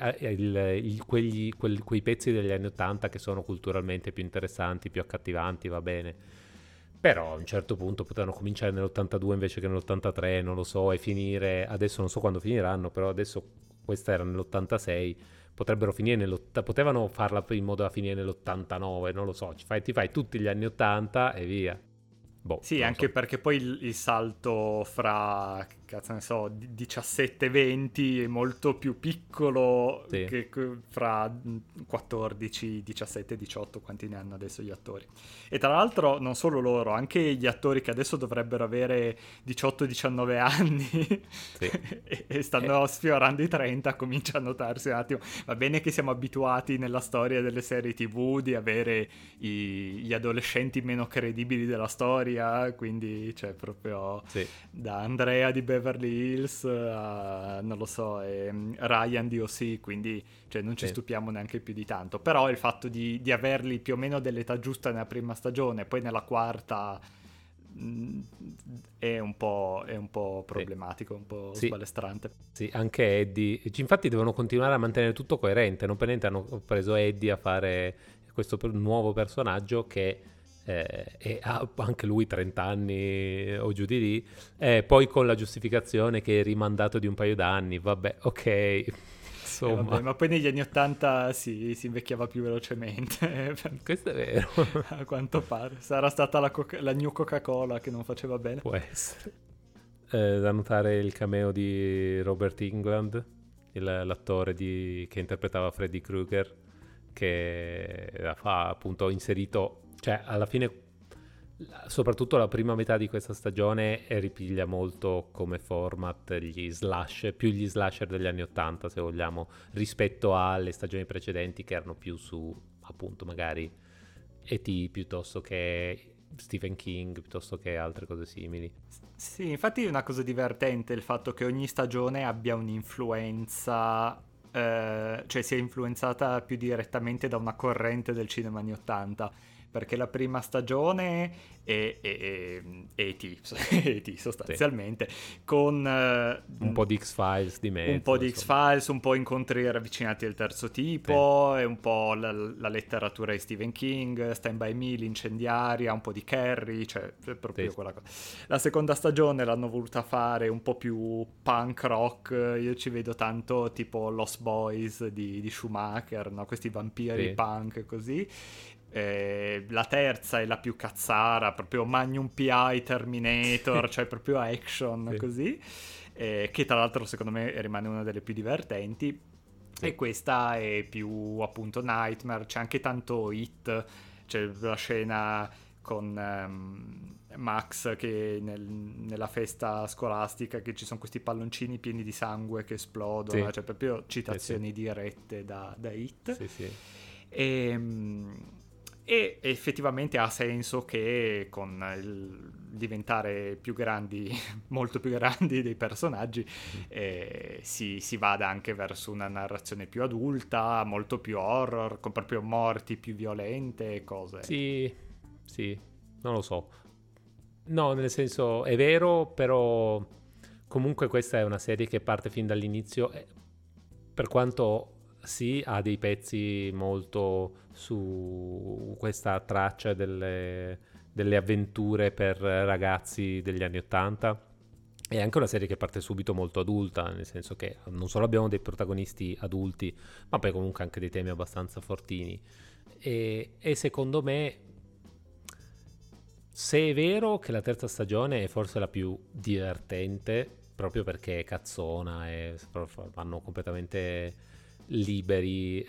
quei pezzi degli anni '80 che sono culturalmente più interessanti, più accattivanti, va bene. Però a un certo punto potevano cominciare nell'82 invece che nell'83, non lo so, e finire, adesso non so quando finiranno, però adesso questa era nell'86, potevano farla in modo da finire nell'89, non lo so, ti fai tutti gli anni '80 e via. Boh, Sì, non lo anche so. perché poi il salto fra, che cazzo ne so, 17 e 20 è molto più piccolo Sì, che fra 14, 17, 18, quanti ne hanno adesso gli attori. E tra l'altro non solo loro, anche gli attori che adesso dovrebbero avere 18-19 anni sì. e Eh, stanno sfiorando i 30, comincia a notarsi un attimo. Va bene che siamo abituati nella storia delle serie TV di avere gli adolescenti meno credibili della storia, quindi c'è proprio sì, da Andrea di Beverly Hills a, non lo so, Ryan di OC, quindi cioè, non ci sì. stupiamo neanche più di tanto. Però il fatto di averli più o meno dell'età giusta nella prima stagione, poi nella quarta mh, è un po' Sì, problematico, un po' sì, sbalestrante. sì, anche Eddie. Infatti devono continuare a mantenere tutto coerente, non per niente hanno preso Eddie a fare questo nuovo personaggio che ha anche lui 30 anni o giù di lì, poi con la giustificazione che è rimandato di un paio d'anni, vabbè, ok, Vabbè, insomma, ma poi negli anni '80 si invecchiava più velocemente, questo è vero, a quanto pare. Sarà stata la New Coca-Cola che non faceva bene. può essere. Da notare il cameo di Robert England, l'attore che interpretava Freddy Krueger, che ha appunto inserito, cioè alla fine, soprattutto la prima metà di questa stagione ripiglia molto come format più gli slasher degli anni '80 se vogliamo, rispetto alle stagioni precedenti che erano più su appunto magari E.T. piuttosto che Stephen King, piuttosto che altre cose simili. Sì, infatti è una cosa divertente il fatto che ogni stagione abbia un'influenza, cioè sia influenzata più direttamente da una corrente del cinema anni '80. Perché la prima stagione è E.T. E.T. Sì. sostanzialmente, con Un po' di X-Files di un po' mezzo, di insomma. X-Files, un po' incontri ravvicinati del terzo Sì, tipo, e un po' la letteratura di Stephen King, Stand By Me, l'incendiaria, un po' di Carrie, cioè è sì, proprio quella cosa. La seconda stagione l'hanno voluta fare un po' più punk rock, io ci vedo tanto tipo Lost Boys di Schumacher, no? Questi vampiri sì, punk così. La terza è la più cazzara, proprio Magnum PI, sì, Terminator, cioè proprio action sì, così, che tra l'altro secondo me rimane una delle più divertenti. sì, E questa è più appunto Nightmare, c'è anche tanto Hit, c'è la scena con Max che nella festa scolastica che ci sono questi palloncini pieni di sangue che esplodono, sì, cioè proprio sì, sì, citazioni dirette da Hit. sì, sì, E, e effettivamente ha senso che con il diventare più grandi, molto più grandi dei personaggi, mm. si vada anche verso una narrazione più adulta, molto più horror, con proprio morti più violente e cose. Sì, sì, non lo so. No, nel senso, è vero, però comunque questa è una serie che parte fin dall'inizio, per quanto sì, ha dei pezzi molto su questa traccia delle avventure per ragazzi degli anni '80. È anche una serie che parte subito molto adulta, nel senso che non solo abbiamo dei protagonisti adulti, ma poi comunque anche dei temi abbastanza fortini. E secondo me, se è vero che la terza stagione è forse la più divertente, proprio perché è cazzona e vanno completamente liberi,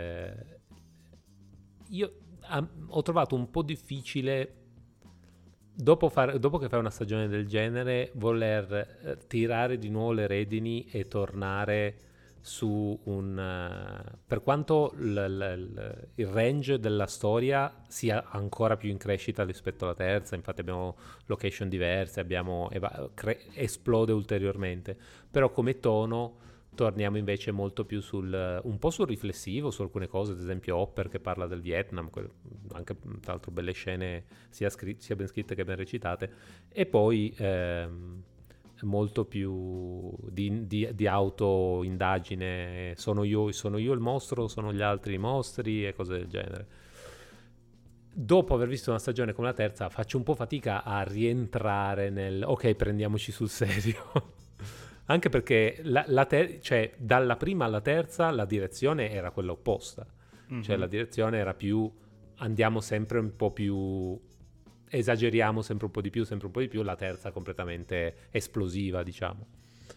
io ho trovato un po' difficile dopo che fai una stagione del genere voler tirare di nuovo le redini e tornare su per quanto il range della storia sia ancora più in crescita rispetto alla terza, infatti abbiamo location diverse, esplode ulteriormente, però come tono torniamo invece molto più un po' sul riflessivo su alcune cose, ad esempio Hopper che parla del Vietnam, anche tra l'altro belle scene sia ben scritte che ben recitate, e poi molto più di auto-indagine, sono io il mostro, sono gli altri i mostri e cose del genere. Dopo aver visto una stagione come la terza faccio un po' fatica a rientrare ok, prendiamoci sul serio. Anche perché cioè, dalla prima alla terza la direzione era quella opposta. Mm-hmm. Cioè la direzione era più andiamo sempre un po' più, esageriamo sempre un po' di più, la terza completamente esplosiva, diciamo.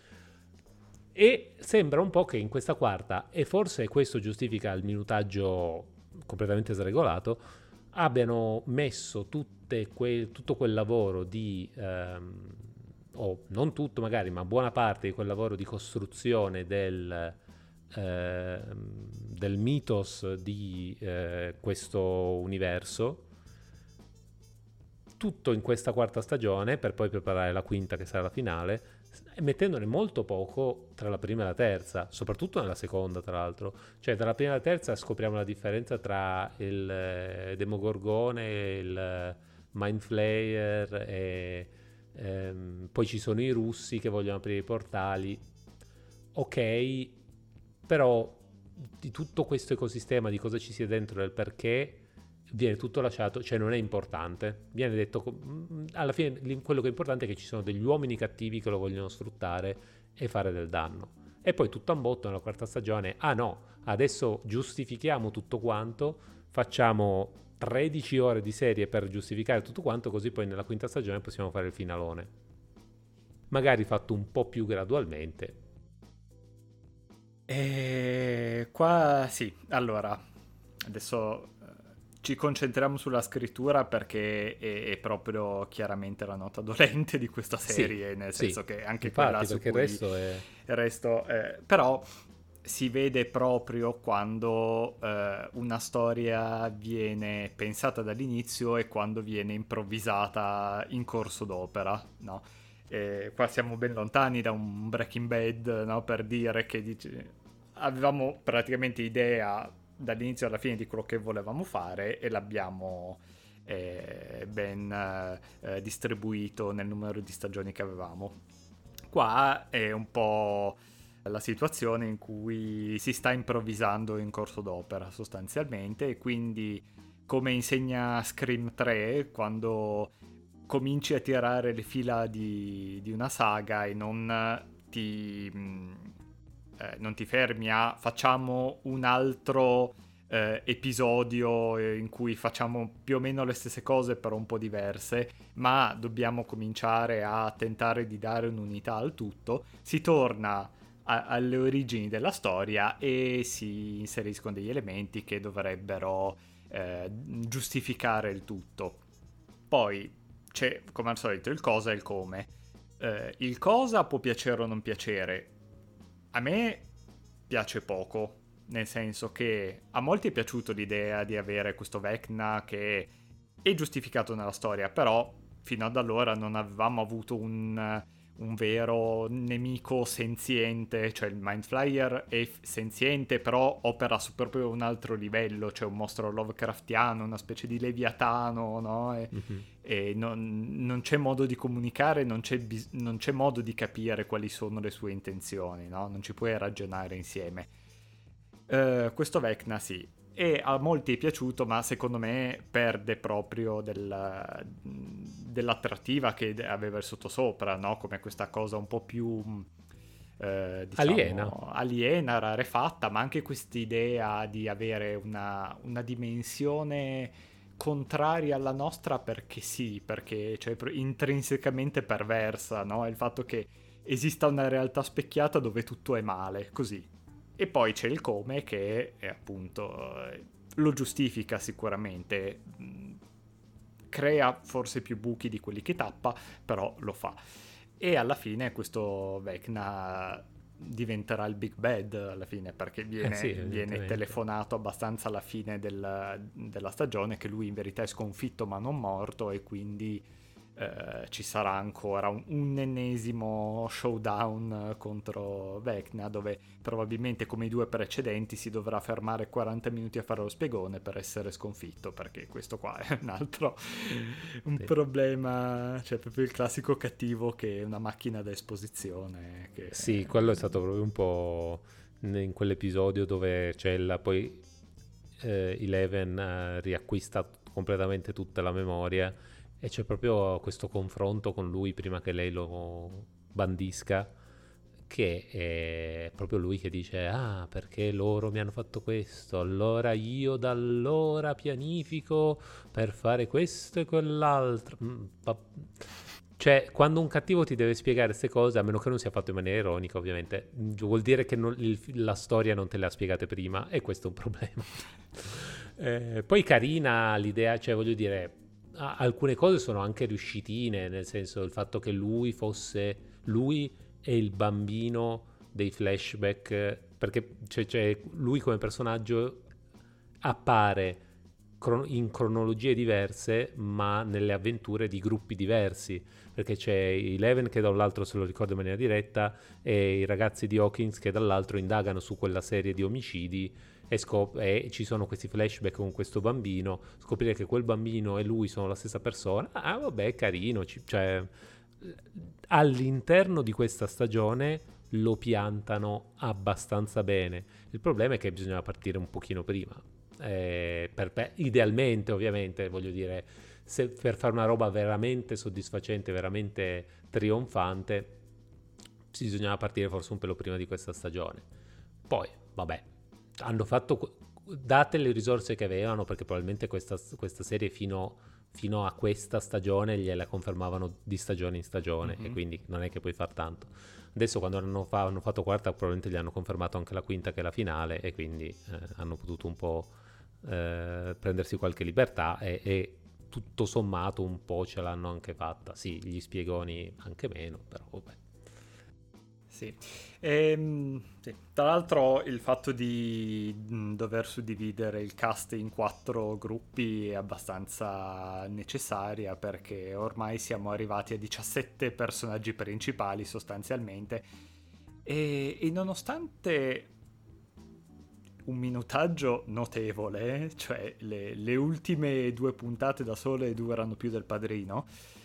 E sembra un po' che in questa quarta, e forse questo giustifica il minutaggio completamente sregolato, abbiano messo tutto quel lavoro di o non tutto magari, ma buona parte di quel lavoro di costruzione del mythos di questo universo, tutto in questa quarta stagione per poi preparare la quinta che sarà la finale, mettendone molto poco tra la prima e la terza, soprattutto nella seconda tra l'altro. Cioè tra la prima e la terza scopriamo la differenza tra il Demogorgone, il Mind Flayer e poi ci sono i russi che vogliono aprire i portali. Ok, però di tutto questo ecosistema, di cosa ci sia dentro e del perché, viene tutto lasciato, cioè non è importante. Viene detto alla fine quello che è importante è che ci sono degli uomini cattivi che lo vogliono sfruttare e fare del danno. E poi tutto un botto nella quarta stagione, no, adesso giustifichiamo tutto quanto, facciamo 13 ore di serie per giustificare tutto quanto, così poi nella quinta stagione possiamo fare il finalone. Magari fatto un po' più gradualmente. E qua sì, allora, adesso ci concentriamo sulla scrittura perché è proprio chiaramente la nota dolente di questa serie, nel senso che anche infatti, quella su perché cui il resto però si vede proprio quando una storia viene pensata dall'inizio e quando viene improvvisata in corso d'opera, no? Qua siamo ben lontani da un Breaking Bad, no? Per dire che avevamo praticamente idea dall'inizio alla fine di quello che volevamo fare e l'abbiamo ben distribuito nel numero di stagioni che avevamo. Qua è un po' la situazione in cui si sta improvvisando in corso d'opera sostanzialmente, e quindi come insegna Scream 3, quando cominci a tirare le fila di una saga e non ti fermi a facciamo un altro episodio in cui facciamo più o meno le stesse cose però un po' diverse, ma dobbiamo cominciare a tentare di dare un'unità al tutto, si torna alle origini della storia e si inseriscono degli elementi che dovrebbero giustificare il tutto. Poi c'è, come al solito, il cosa e il come. Il cosa può piacere o non piacere. A me piace poco, nel senso che a molti è piaciuto l'idea di avere questo Vecna che è giustificato nella storia, però fino ad allora non avevamo avuto un vero nemico senziente, cioè il Mind Flayer è senziente però opera su proprio un altro livello, cioè un mostro Lovecraftiano, una specie di leviatano, no? E non c'è modo di comunicare, non c'è modo di capire quali sono le sue intenzioni, no? Non ci puoi ragionare insieme. Questo Vecna sì, e a molti è piaciuto, ma secondo me perde proprio dell'attrattiva che aveva il sottosopra, no? Come questa cosa un po' più diciamo aliena, rarefatta, ma anche quest'idea di avere una dimensione contraria alla nostra perché sì, perché cioè intrinsecamente perversa, no? Il fatto che esista una realtà specchiata dove tutto è male, così. E poi c'è il come che è appunto lo giustifica sicuramente, crea forse più buchi di quelli che tappa, però lo fa. E alla fine questo Vecna diventerà il Big Bad alla fine, perché Sì, viene evidentemente. telefonato abbastanza alla fine della stagione che lui in verità è sconfitto ma non morto, e quindi ci sarà ancora un ennesimo showdown contro Vecna, dove probabilmente come i 2 precedenti si dovrà fermare 40 minuti a fare lo spiegone per essere sconfitto, perché questo qua è un Sì. problema, cioè proprio il classico cattivo che è una macchina da esposizione che... Sì, quello è stato proprio un po' in quell'episodio dove poi Eleven riacquista completamente tutta la memoria e c'è proprio questo confronto con lui prima che lei lo bandisca, che è proprio lui che dice: ah, perché loro mi hanno fatto questo, allora io da allora pianifico per fare questo e quell'altro. Cioè, quando un cattivo ti deve spiegare queste cose, a meno che non sia fatto in maniera ironica, ovviamente, vuol dire che la storia non te le ha spiegate prima, e questo è un problema. Poi carina l'idea, cioè voglio dire, alcune cose sono anche riuscitine, nel senso il fatto che lui e il bambino dei flashback, perché lui come personaggio appare in cronologie diverse, ma nelle avventure di gruppi diversi, perché c'è Eleven che da un lato se lo ricorda in maniera diretta e i ragazzi di Hawkins che dall'altro indagano su quella serie di omicidi e ci sono questi flashback con questo bambino, scoprire che quel bambino e lui sono la stessa persona, vabbè, è carino, cioè all'interno di questa stagione lo piantano abbastanza bene. Il problema è che bisogna partire un pochino prima. Idealmente, ovviamente, voglio dire, se per fare una roba veramente soddisfacente, veramente trionfante, bisognava partire forse un pelo prima di questa stagione. Poi, vabbè, hanno fatto, date le risorse che avevano, perché probabilmente questa serie fino a questa stagione gliela confermavano di stagione in stagione, e quindi non è che puoi far tanto. Adesso quando hanno fatto quarta probabilmente gli hanno confermato anche la quinta, che è la finale, e quindi hanno potuto un po' prendersi qualche libertà, e tutto sommato un po' ce l'hanno anche fatta. Sì, gli spiegoni anche meno, però vabbè. Sì. Sì. Tra l'altro il fatto di dover suddividere il cast in 4 gruppi è abbastanza necessaria, perché ormai siamo arrivati a 17 personaggi principali sostanzialmente, e nonostante un minutaggio notevole, cioè le ultime 2 puntate da sole durano più del Padrino,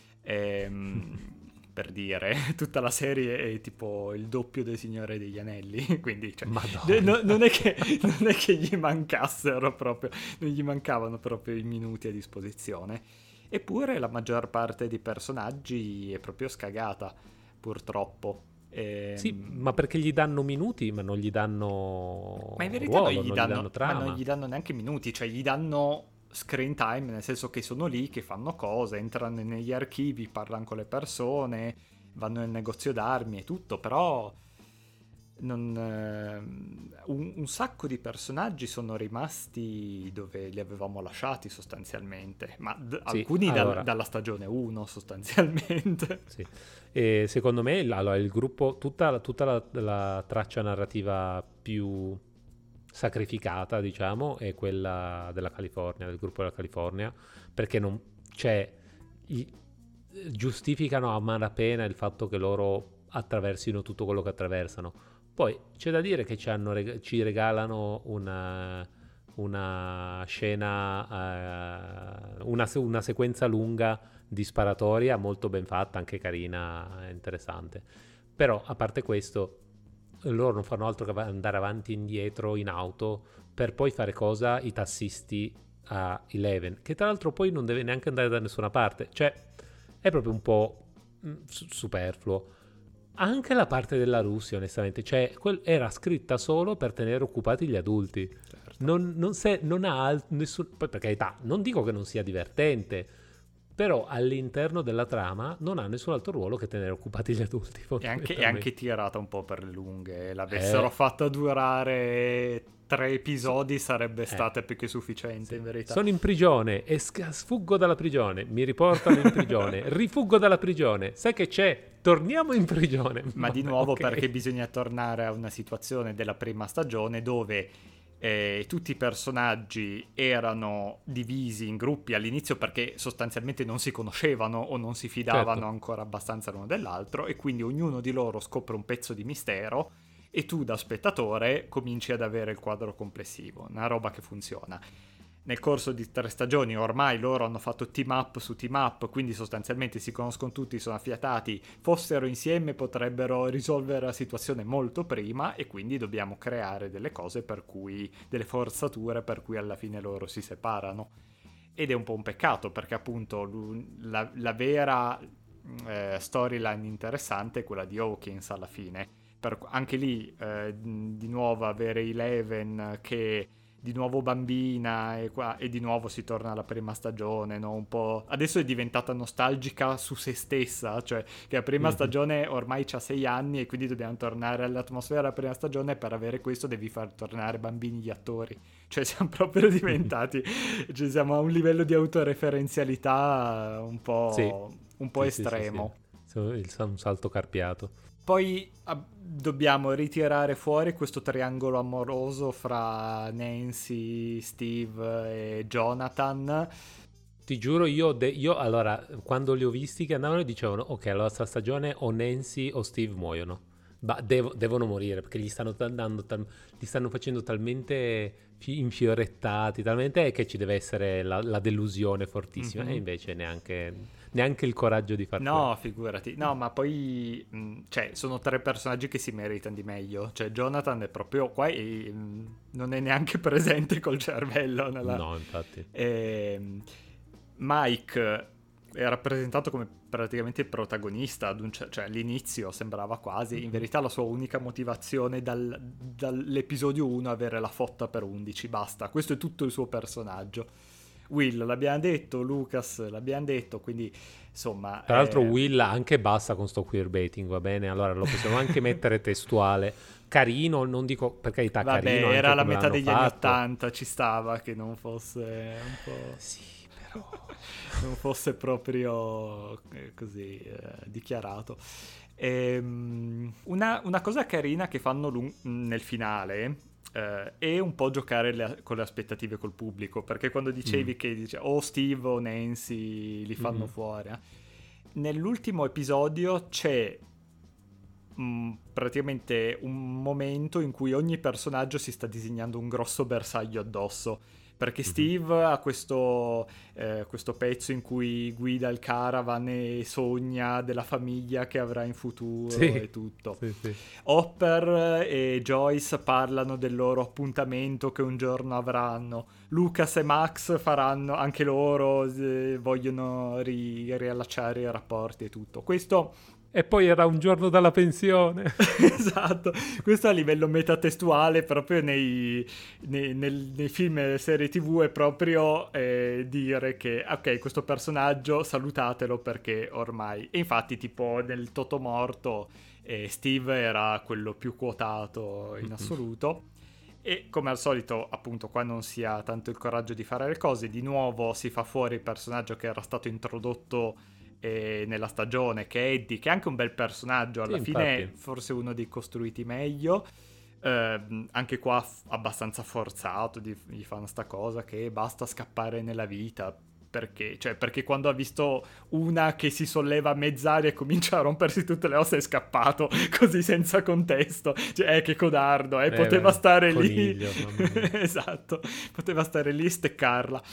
per dire, tutta la serie è tipo il doppio del Signore degli Anelli, quindi cioè, Madonna. non è che gli mancassero proprio, non gli mancavano proprio i minuti a disposizione. Eppure la maggior parte dei personaggi è proprio scagata, purtroppo. Sì, ma perché gli danno minuti, ma non gli Ma in danno verità ruolo, non gli danno non trama. gli danno neanche minuti, cioè gli danno screen time, nel senso che sono lì, che fanno cose, entrano negli archivi, parlano con le persone, vanno nel negozio d'armi e tutto, però un sacco di personaggi sono rimasti dove li avevamo lasciati sostanzialmente, ma Sì, alcuni allora, dalla stagione 1 sostanzialmente. sì. E secondo me allora, il gruppo, tutta la traccia narrativa più sacrificata, diciamo, è quella della California, del gruppo della California, perché non c'è, giustificano a malapena il fatto che loro attraversino tutto quello che attraversano. Poi c'è da dire che ci regalano una scena, una sequenza lunga di sparatoria molto ben fatta, anche carina, interessante. Però a parte questo, loro non fanno altro che andare avanti e indietro in auto per poi fare cosa? I tassisti a Eleven, che tra l'altro poi non deve neanche andare da nessuna parte, cioè è proprio un po' superfluo. Anche la parte della Russia, onestamente, cioè era scritta solo per tenere occupati gli adulti. Certo. Non ha nessun. Poi per carità, non dico che non sia divertente, però all'interno della trama non ha nessun altro ruolo che tenere occupati gli adulti. È anche tirata un po' per le lunghe. L'avessero fatta durare 3 episodi sarebbe stata più che sufficiente, in verità. Sono in prigione e sfuggo dalla prigione, mi riportano in prigione, rifuggo dalla prigione, sai che c'è? Torniamo in prigione. Ma di nuovo perché bisogna tornare a una situazione della prima stagione dove tutti i personaggi erano divisi in gruppi all'inizio perché sostanzialmente non si conoscevano o non si fidavano ancora abbastanza l'uno dell'altro, e quindi ognuno di loro scopre un pezzo di mistero e tu da spettatore cominci ad avere il quadro complessivo, una roba che funziona. Nel corso di 3 stagioni ormai loro hanno fatto team up su team up, quindi sostanzialmente si conoscono tutti, sono affiatati, fossero insieme potrebbero risolvere la situazione molto prima, e quindi dobbiamo creare delle cose per cui, delle forzature per cui alla fine loro si separano. Ed è un po' un peccato perché appunto la vera storyline interessante è quella di Hawkins alla fine. Anche lì di nuovo avere Eleven che di nuovo bambina e di nuovo si torna alla prima stagione, no? Un po'. Adesso è diventata nostalgica su se stessa, cioè che la prima stagione ormai c'ha 6 anni e quindi dobbiamo tornare all'atmosfera della prima stagione, per avere questo devi far tornare bambini gli attori, cioè siamo proprio diventati, cioè siamo a un livello di autoreferenzialità un po' estremo. Sì. Un salto carpiato. Poi dobbiamo ritirare fuori questo triangolo amoroso fra Nancy, Steve e Jonathan. Ti giuro, io allora, quando li ho visti che andavano dicevano ok, allora sta stagione o Nancy o Steve muoiono. Ma devono morire perché li stanno facendo talmente infiorettati, talmente che ci deve essere la delusione fortissima, e invece neanche il coraggio di farlo. No, figurati. No, ma poi cioè, sono 3 personaggi che si meritano di meglio. Cioè, Jonathan è proprio qua e non è neanche presente col cervello. No, infatti. Mike è rappresentato come praticamente il protagonista, cioè all'inizio sembrava quasi, in verità la sua unica motivazione dall'episodio 1 è avere la fotta per 11, basta, questo è tutto il suo personaggio. Will l'abbiamo detto, Lucas l'abbiamo detto, quindi insomma... Tra l'altro Will anche basta con sto queerbaiting, va bene? Allora lo possiamo anche mettere testuale. Carino, non dico per carità, vabbè, carino. Vabbè, era la metà degli anni 80, ci stava che non fosse un po'... Sì, però... non fosse proprio così dichiarato. Una cosa carina che fanno nel finale è un po' giocare con le aspettative col pubblico, perché quando dicevi che dice Steve o Nancy li fanno fuori, nell'ultimo episodio c'è praticamente un momento in cui ogni personaggio si sta disegnando un grosso bersaglio addosso, perché Steve ha questo pezzo in cui guida il caravan e sogna della famiglia che avrà in futuro e tutto. Sì. Hopper e Joyce parlano del loro appuntamento che un giorno avranno. Lucas e Max faranno anche loro, vogliono riallacciare i rapporti e tutto. Questo... E poi era un giorno dalla pensione. Esatto, questo a livello metatestuale proprio nei film e serie TV è proprio dire che ok, questo personaggio salutatelo perché ormai... E infatti tipo nel Totomorto Steve era quello più quotato in assoluto. E come al solito, appunto, qua non si ha tanto il coraggio di fare le cose, di nuovo si fa fuori il personaggio che era stato introdotto nella stagione, che è Eddie, che è anche un bel personaggio, alla fine infatti. Forse uno dei costruiti meglio, anche qua abbastanza forzato, gli fanno sta cosa che basta scappare nella vita, perché quando ha visto una che si solleva a mezz'aria e comincia a rompersi tutte le ossa è scappato così senza contesto, cioè che codardo, poteva stare coniglio, lì esatto, poteva stare lì e steccarla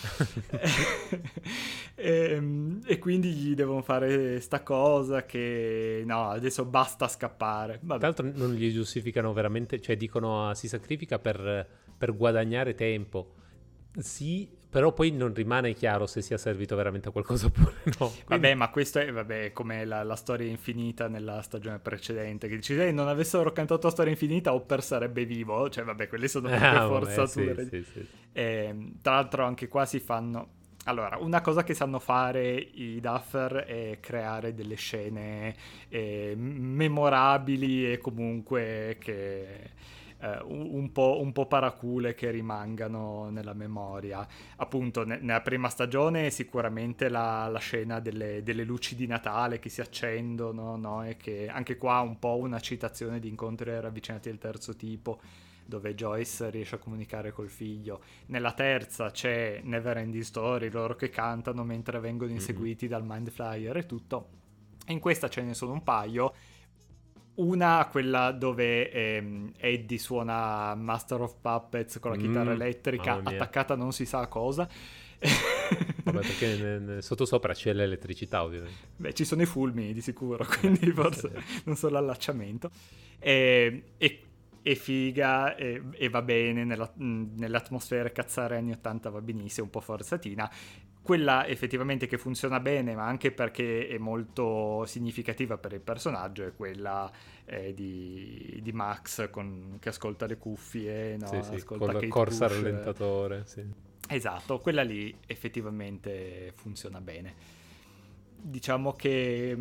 e quindi gli devono fare sta cosa che no, adesso basta scappare. Vabbè. Tra l'altro non gli giustificano veramente, cioè dicono si sacrifica per guadagnare tempo. Sì, però poi non rimane chiaro se sia servito veramente a qualcosa oppure no. Quindi... Vabbè, ma questo è come la storia infinita nella stagione precedente, che dici, non avessero cantato la storia infinita Hopper sarebbe vivo, cioè vabbè, quelle sono proprio forzature. Sì. Tra l'altro anche qua si fanno, Allora, una cosa che sanno fare i Duffer è creare delle scene memorabili e comunque che un po' paracule che rimangano nella memoria. Appunto, nella prima stagione sicuramente la scena delle luci di Natale che si accendono, no? E che anche qua un po' una citazione di incontri ravvicinati del terzo tipo, dove Joyce riesce a comunicare col figlio. Nella terza c'è Never Ending Story, loro che cantano mentre vengono Mm-mm. inseguiti dal Mind Flyer e tutto. E in questa ce ne sono un paio. Una, quella dove Eddie suona Master of Puppets con la chitarra Mamma elettrica mia. attaccata a non si sa a cosa. Vabbè, perché sottosopra c'è l'elettricità, ovviamente. Beh, ci sono i fulmini di sicuro, Beh, quindi forse non solo l'allacciamento. E figa, e va bene, nelle atmosfere cazzare anni 80 va benissimo, un po' forzatina. Quella effettivamente che funziona bene, ma anche perché è molto significativa per il personaggio, è quella di Max che ascolta le cuffie, no? sì, sì, Ascolta con la Kate corsa al Bush. rallentatore, sì. Esatto, quella lì effettivamente funziona bene. Diciamo che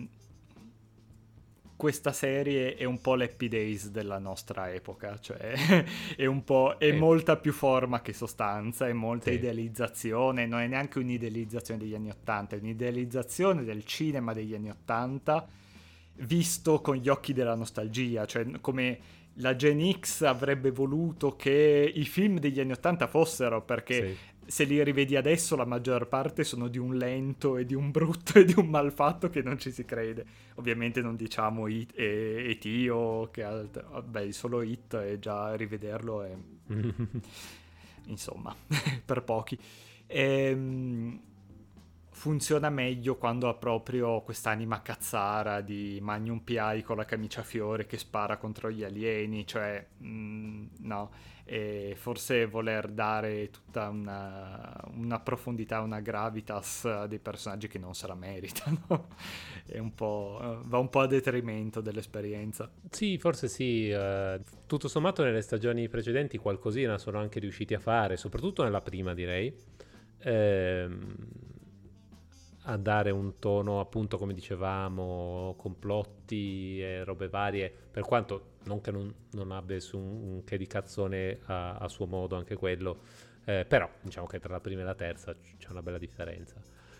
questa serie è un po' l'Happy Days della nostra epoca, cioè è Eh, molta più forma che sostanza, è molta sì. idealizzazione, non è neanche un'idealizzazione degli anni Ottanta, è un'idealizzazione del cinema degli anni Ottanta visto con gli occhi della nostalgia, cioè come la Gen X avrebbe voluto che i film degli anni Ottanta fossero, perché Sì. se li rivedi adesso la maggior parte sono di un lento e di un brutto e di un malfatto che non ci si crede. Ovviamente non diciamo It e E.T. o che altro, vabbè, solo It e già rivederlo è insomma per pochi. Ehm, Funziona meglio quando ha proprio quest'anima cazzara di Magnum PI con la camicia a fiore che spara contro gli alieni, cioè no, e forse voler dare tutta una profondità, una gravitas a dei personaggi che non se la meritano, è un po', va un po' a detrimento dell'esperienza. Sì, forse sì. Tutto sommato nelle stagioni precedenti qualcosina sono anche riusciti a fare, soprattutto nella prima, direi. Ehm, a dare un tono, appunto, come dicevamo, complotti e robe varie, per quanto non che non abbia su un che di cazzone a suo modo anche quello, però diciamo che tra la prima e la terza c'è una bella differenza.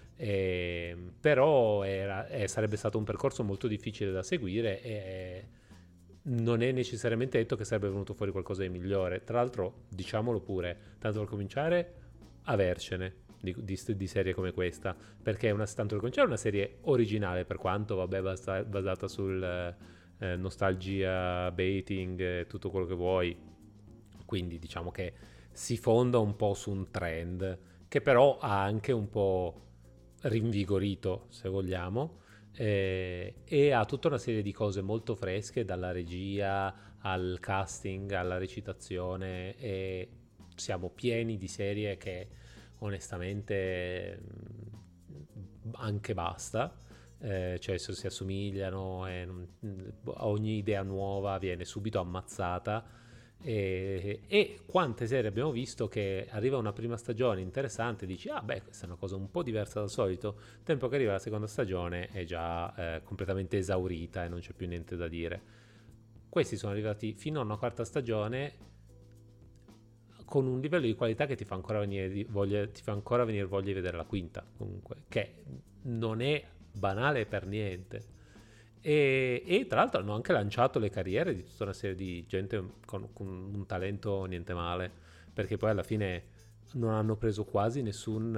Però sarebbe stato un percorso molto difficile da seguire e non è necessariamente detto che sarebbe venuto fuori qualcosa di migliore. Tra l'altro, diciamolo pure, tanto per cominciare, avercene di serie come questa, perché tanto per cominciare è una serie originale, per quanto vabbè basata sul nostalgia baiting e tutto quello che vuoi, quindi diciamo che si fonda un po' su un trend che però ha anche un po' rinvigorito, se vogliamo, e ha tutta una serie di cose molto fresche, dalla regia al casting, alla recitazione, e siamo pieni di serie che onestamente anche basta. Cioè se si assomigliano e ogni idea nuova viene subito ammazzata, e quante serie abbiamo visto che arriva una prima stagione interessante, dici ah beh, questa è una cosa un po' diversa dal solito, tempo che arriva la seconda stagione è già completamente esaurita e non c'è più niente da dire. Questi sono arrivati fino a una quarta stagione con un livello di qualità che ti fa ancora ti fa ancora venire voglia di vedere la quinta, comunque, che non è banale per niente. E tra l'altro hanno anche lanciato le carriere di tutta una serie di gente con un talento niente male, perché poi alla fine non hanno preso quasi nessun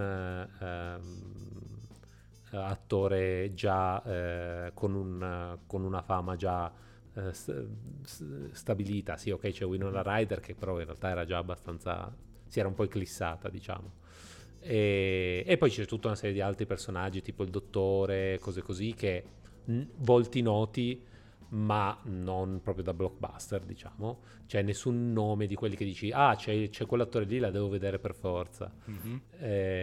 attore già con una fama già stabilita. Sì, ok, c'è Winona Ryder che però in realtà era già abbastanza, si era un po' eclissata, diciamo. E poi c'è tutta una serie di altri personaggi, tipo il dottore, cose così, che volti noti, ma non proprio da blockbuster, diciamo. C'è nessun nome di quelli che dici, ah, c'è quell'attore lì, la devo vedere per forza. Mhm.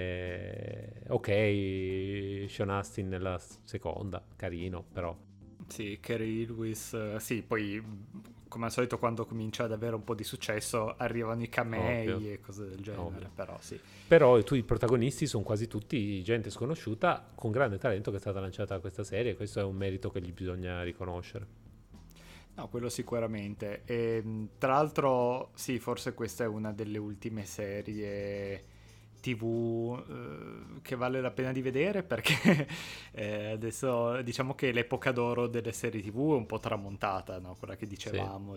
Ok, Sean Astin nella seconda, carino, però Sì, Carey Lewis, sì, poi come al solito quando comincia ad avere un po' di successo arrivano i Ovvio, camei e cose del ovvio. genere, però sì. Però i protagonisti sono quasi tutti gente sconosciuta con grande talento che è stata lanciata da questa serie, questo è un merito che gli bisogna riconoscere. No, quello sicuramente. E, tra l'altro, sì, forse questa è una delle ultime serie TV che vale la pena di vedere perché adesso diciamo che l'epoca d'oro delle serie TV è un po' tramontata, no? Quella che Sì. dicevamo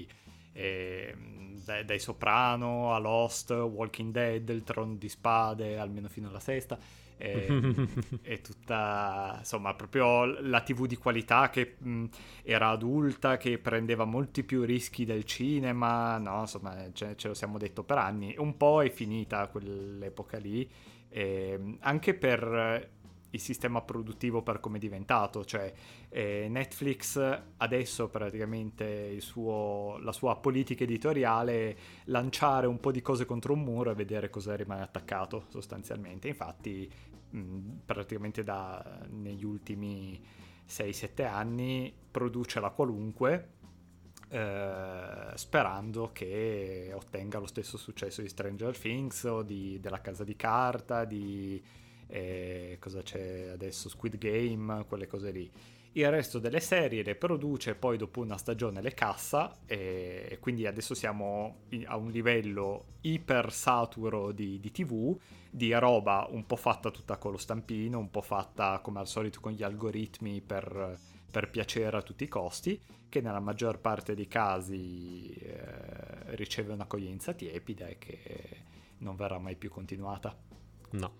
dai Soprano a Lost, Walking Dead, il Trono di Spade, almeno fino alla sesta. È tutta, insomma, proprio la TV di qualità che era adulta, che prendeva molti più rischi del cinema, no, insomma, ce lo siamo detto per anni. Un po' è finita quell'epoca lì, anche per il sistema produttivo, per come è diventato, cioè Netflix adesso praticamente la sua politica editoriale è lanciare un po' di cose contro un muro e vedere cosa rimane attaccato sostanzialmente. Infatti praticamente negli ultimi 6-7 anni produce la qualunque sperando che ottenga lo stesso successo di Stranger Things o della Casa di Carta, di cosa c'è adesso, Squid Game, quelle cose lì. Il resto delle serie le produce, poi dopo una stagione le cassa e quindi adesso siamo a un livello iper saturo di TV, di roba un po' fatta tutta con lo stampino, un po' fatta come al solito con gli algoritmi per piacere a tutti i costi, che nella maggior parte dei casi riceve un'accoglienza tiepida e che non verrà mai più continuata. No,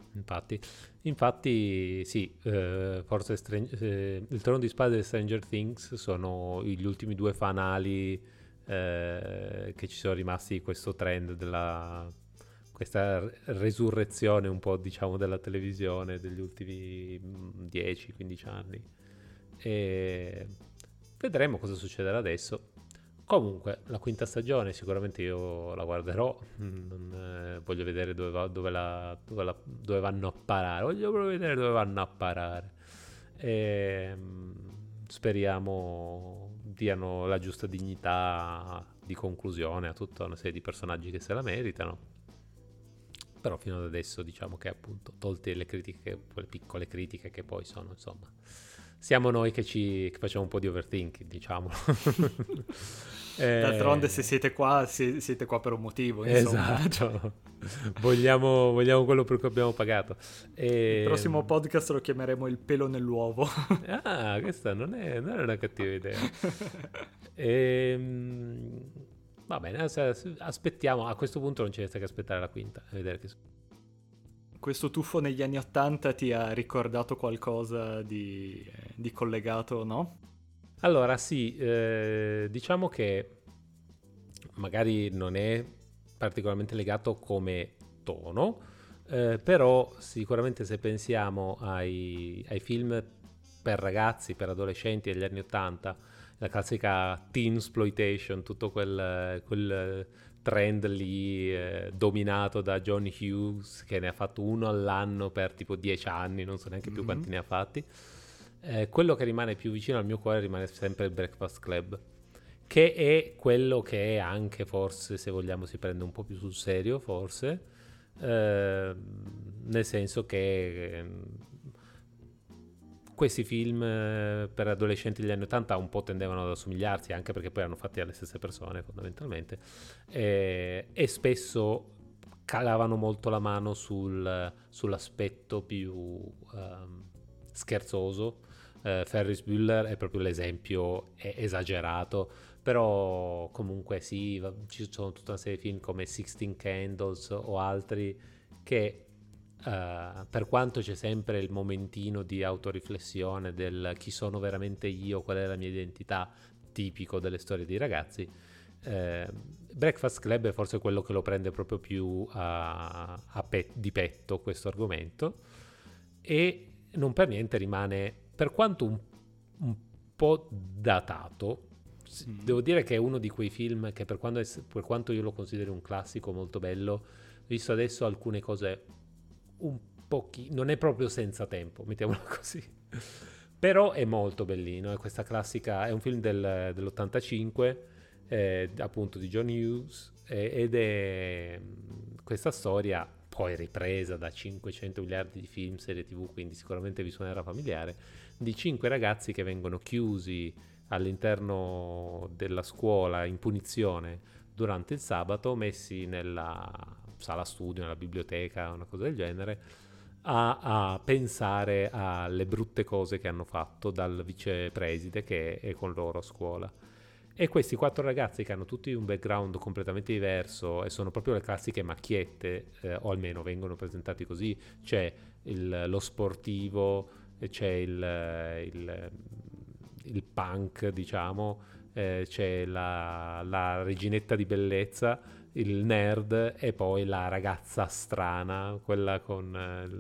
infatti sì, forse il Trono di Spade e Stranger Things sono gli ultimi due fanali che ci sono rimasti di questo trend questa resurrezione un po' diciamo della televisione degli ultimi 10-15 anni e vedremo cosa succederà adesso. Comunque, la quinta stagione sicuramente io la guarderò, voglio vedere dove vanno a parare, voglio proprio vedere dove vanno a parare. E, speriamo diano la giusta dignità di conclusione a tutta una serie di personaggi che se la meritano. Però fino ad adesso diciamo che appunto, tolte le critiche, quelle piccole critiche che poi sono, insomma, siamo noi che facciamo un po' di overthinking, diciamo. D'altronde se siete qua, siete qua per un motivo, insomma. Esatto. Vogliamo quello per cui abbiamo pagato. Il prossimo podcast lo chiameremo Il pelo nell'uovo. Questa non è una cattiva idea. E, va bene, aspettiamo. A questo punto non ci resta che aspettare la quinta. A vedere che Questo tuffo negli anni '80 ti ha ricordato qualcosa di collegato, no? allora, sì, diciamo che magari non è particolarmente legato come tono, però sicuramente se pensiamo ai film per ragazzi, per adolescenti degli anni 80, la classica teen exploitation, tutto quel trend lì dominato da John Hughes che ne ha fatto uno all'anno per tipo 10 anni, non so neanche più quanti ne ha fatti. Quello che rimane più vicino al mio cuore rimane sempre il Breakfast Club, che è quello che è anche forse, se vogliamo, si prende un po' più sul serio, forse, nel senso che questi film per adolescenti degli anni 80 un po' tendevano ad assomigliarsi, anche perché poi erano fatti dalle stesse persone fondamentalmente, e spesso calavano molto la mano sull'aspetto più scherzoso. Ferris Bueller è proprio l'esempio esagerato, però comunque sì, ci sono tutta una serie di film come Sixteen Candles o altri che per quanto c'è sempre il momentino di autoriflessione del chi sono veramente io, qual è la mia identità, tipico delle storie dei ragazzi, Breakfast Club è forse quello che lo prende proprio più di petto questo argomento, e non per niente rimane, per quanto un po' datato, devo dire che è uno di quei film che per quanto io lo consideri un classico molto bello, visto adesso alcune cose un pochino, non è proprio senza tempo, mettiamola così, Però è molto bellino, è questa classica, è un film dell'85, appunto di John Hughes, ed è questa storia poi ripresa da 500 miliardi di film, serie TV, quindi sicuramente vi suonerà familiare, di 5 ragazzi che vengono chiusi all'interno della scuola in punizione durante il sabato, messi nella sala studio, nella biblioteca, una cosa del genere, a pensare alle brutte cose che hanno fatto dal vicepreside che è con loro a scuola. E questi 4 ragazzi che hanno tutti un background completamente diverso e sono proprio le classiche macchiette, o almeno vengono presentati così, c'è lo sportivo, c'è il punk, diciamo, c'è la reginetta di bellezza, il nerd e poi la ragazza strana, quella con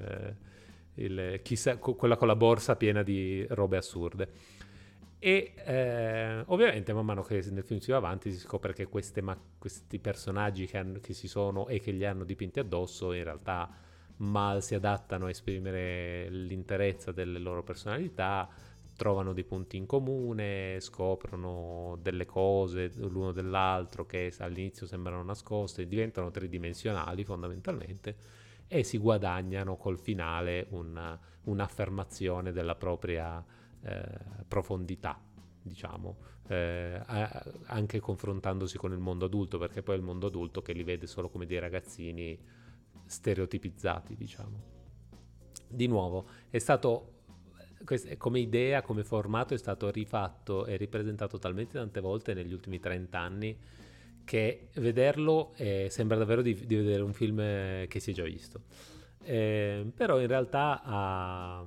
quella con la borsa piena di robe assurde. E ovviamente man mano che nel film si va avanti si scopre che questi personaggi che si sono e che li hanno dipinti addosso in realtà mal si adattano a esprimere l'interezza delle loro personalità, trovano dei punti in comune, scoprono delle cose l'uno dell'altro che all'inizio sembrano nascoste, diventano tridimensionali fondamentalmente e si guadagnano col finale un'affermazione della propria profondità, diciamo, anche confrontandosi con il mondo adulto, perché poi è il mondo adulto che li vede solo come dei ragazzini stereotipizzati, diciamo. Di nuovo, è stato come idea, come formato, è stato rifatto e ripresentato talmente tante volte negli ultimi 30 anni che vederlo sembra davvero di vedere un film che si è già visto. Però in realtà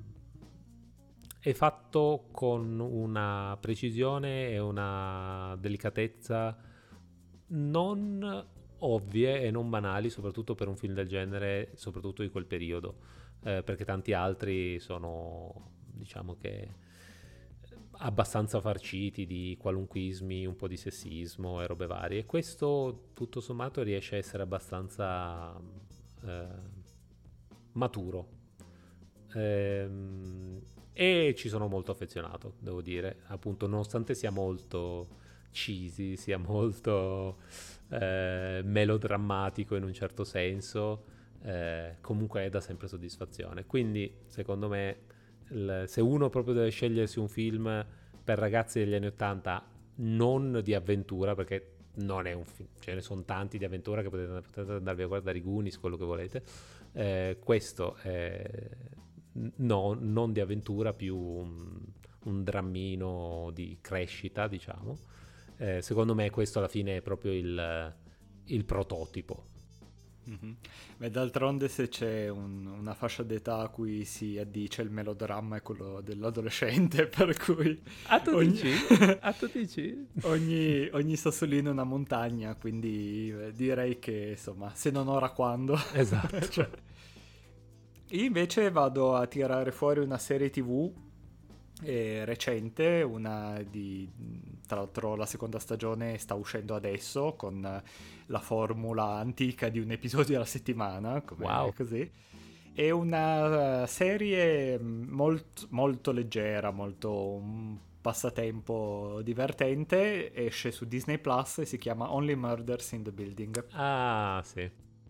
è fatto con una precisione e una delicatezza non ovvie e non banali, soprattutto per un film del genere, soprattutto di quel periodo, perché tanti altri sono, diciamo che, abbastanza farciti di qualunquismi, un po' di sessismo e robe varie. E questo, tutto sommato, riesce a essere abbastanza maturo. E ci sono molto affezionato, devo dire, appunto, nonostante sia molto cheesy, sia molto melodrammatico in un certo senso, comunque è da sempre soddisfazione. Quindi, secondo me, se uno proprio deve scegliersi un film per ragazzi degli anni 80, non di avventura, perché non è un film, ce ne sono tanti di avventura che potete andarvi a guardare, i Goonies, quello che volete, questo no, non di avventura, più un drammino di crescita, diciamo. Secondo me questo alla fine è proprio il prototipo. Mm-hmm. Beh, d'altronde se c'è una fascia d'età a cui si addice il melodramma è quello dell'adolescente, per cui A tu ogni, dici? A tu dici? ogni sassolino è una montagna, quindi direi che insomma, se non ora quando. Esatto. Cioè, io invece vado a tirare fuori una serie TV recente, tra l'altro la seconda stagione sta uscendo adesso con la formula antica di un episodio alla settimana, come Wow. così. È una serie molto leggera, molto un passatempo divertente, esce su Disney Plus e si chiama Only Murders in the Building. Ah, sì.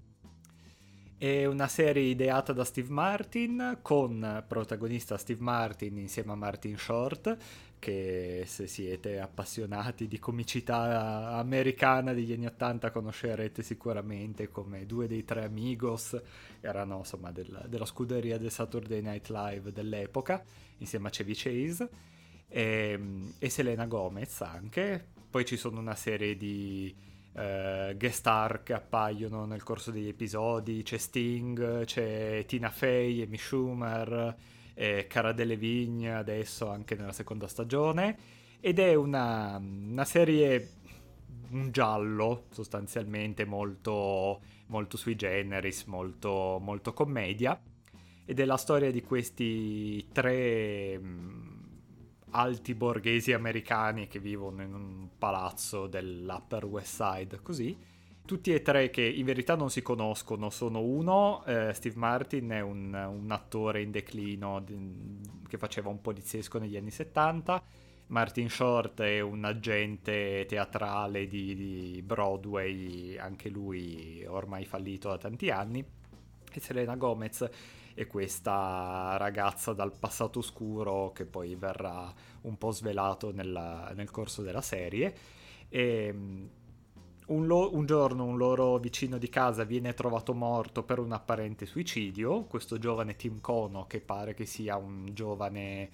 È una serie ideata da Steve Martin, con protagonista Steve Martin insieme a Martin Short, che se siete appassionati di comicità americana degli anni 80 conoscerete sicuramente come due dei tre amigos, erano insomma della scuderia del Saturday Night Live dell'epoca, insieme a Chevy Chase e Selena Gomez anche. Poi ci sono una serie di guest star che appaiono nel corso degli episodi, c'è Sting, c'è Tina Fey, Amy Schumer, Cara Delevingne adesso anche nella seconda stagione, ed è una serie, un giallo sostanzialmente molto sui generis, molto commedia, ed è la storia di questi tre alti borghesi americani che vivono in un palazzo dell'Upper West Side, così, tutti e tre che in verità non si conoscono. Sono uno, Steve Martin è un attore in declino che faceva un poliziesco negli anni 70. Martin Short è un agente teatrale di Broadway, anche lui ormai fallito da tanti anni. E Selena Gomez è questa ragazza dal passato oscuro che poi verrà un po' svelato nel corso della serie. E un giorno un loro vicino di casa viene trovato morto per un apparente suicidio. Questo giovane Tim Kono, che pare che sia un giovane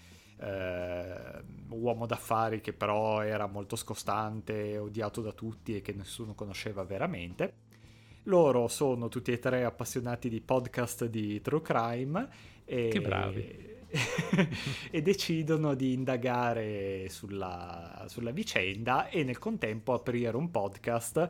uomo d'affari che però era molto scostante, odiato da tutti e che nessuno conosceva veramente. Loro sono tutti e tre appassionati di podcast di true crime Che bravi. e decidono di indagare sulla vicenda e nel contempo aprire un podcast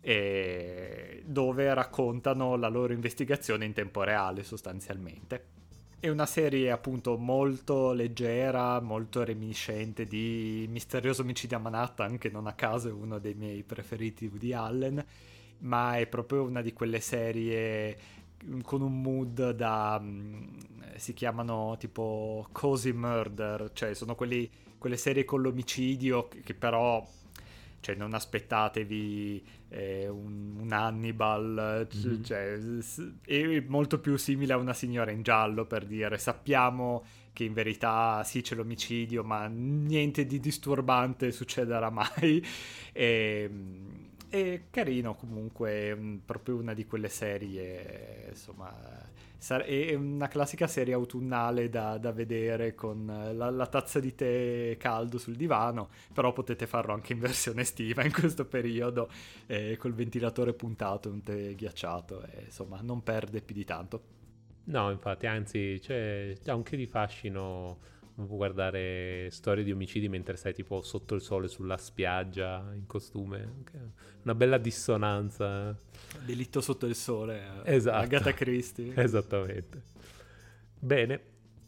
dove raccontano la loro investigazione in tempo reale, sostanzialmente. È una serie appunto molto leggera, molto reminiscente di Misterioso omicidio a Manhattan, che non a caso è uno dei miei preferiti di Woody Allen, ma è proprio una di quelle serie con un mood da si chiamano tipo cozy murder, cioè sono quelle serie con l'omicidio che però, cioè, non aspettatevi un Hannibal, cioè, è molto più simile a Una signora in giallo, per dire. Sappiamo che in verità sì, c'è l'omicidio, ma niente di disturbante succederà mai. È carino comunque, proprio una di quelle serie, insomma, è una classica serie autunnale da vedere con la tazza di tè caldo sul divano, però potete farlo anche in versione estiva in questo periodo, col ventilatore puntato, un tè ghiacciato, insomma non perde più di tanto. No, infatti, anzi, c'è un che di fascino guardare storie di omicidi mentre stai tipo sotto il sole sulla spiaggia in costume. Una bella dissonanza. Delitto sotto il sole, Esatto. Agatha Christie. Esattamente. Bene,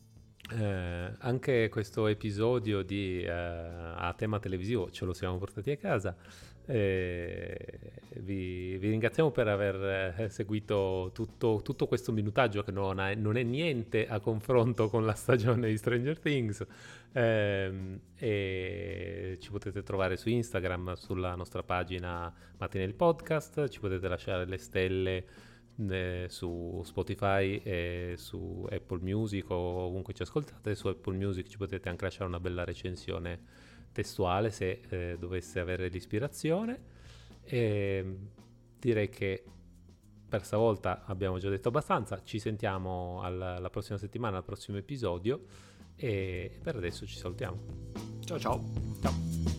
anche questo episodio a tema televisivo ce lo siamo portati a casa. Vi ringraziamo per aver seguito tutto questo minutaggio che non è niente a confronto con la stagione di Stranger Things, e ci potete trovare su Instagram, sulla nostra pagina Mattinelli Podcast, ci potete lasciare le stelle su Spotify e su Apple Music o ovunque ci ascoltate. Su Apple Music ci potete anche lasciare una bella recensione testuale se dovesse avere l'ispirazione. E direi che per stavolta abbiamo già detto abbastanza. Ci sentiamo la prossima settimana, al prossimo episodio, e per adesso ci salutiamo. Ciao ciao.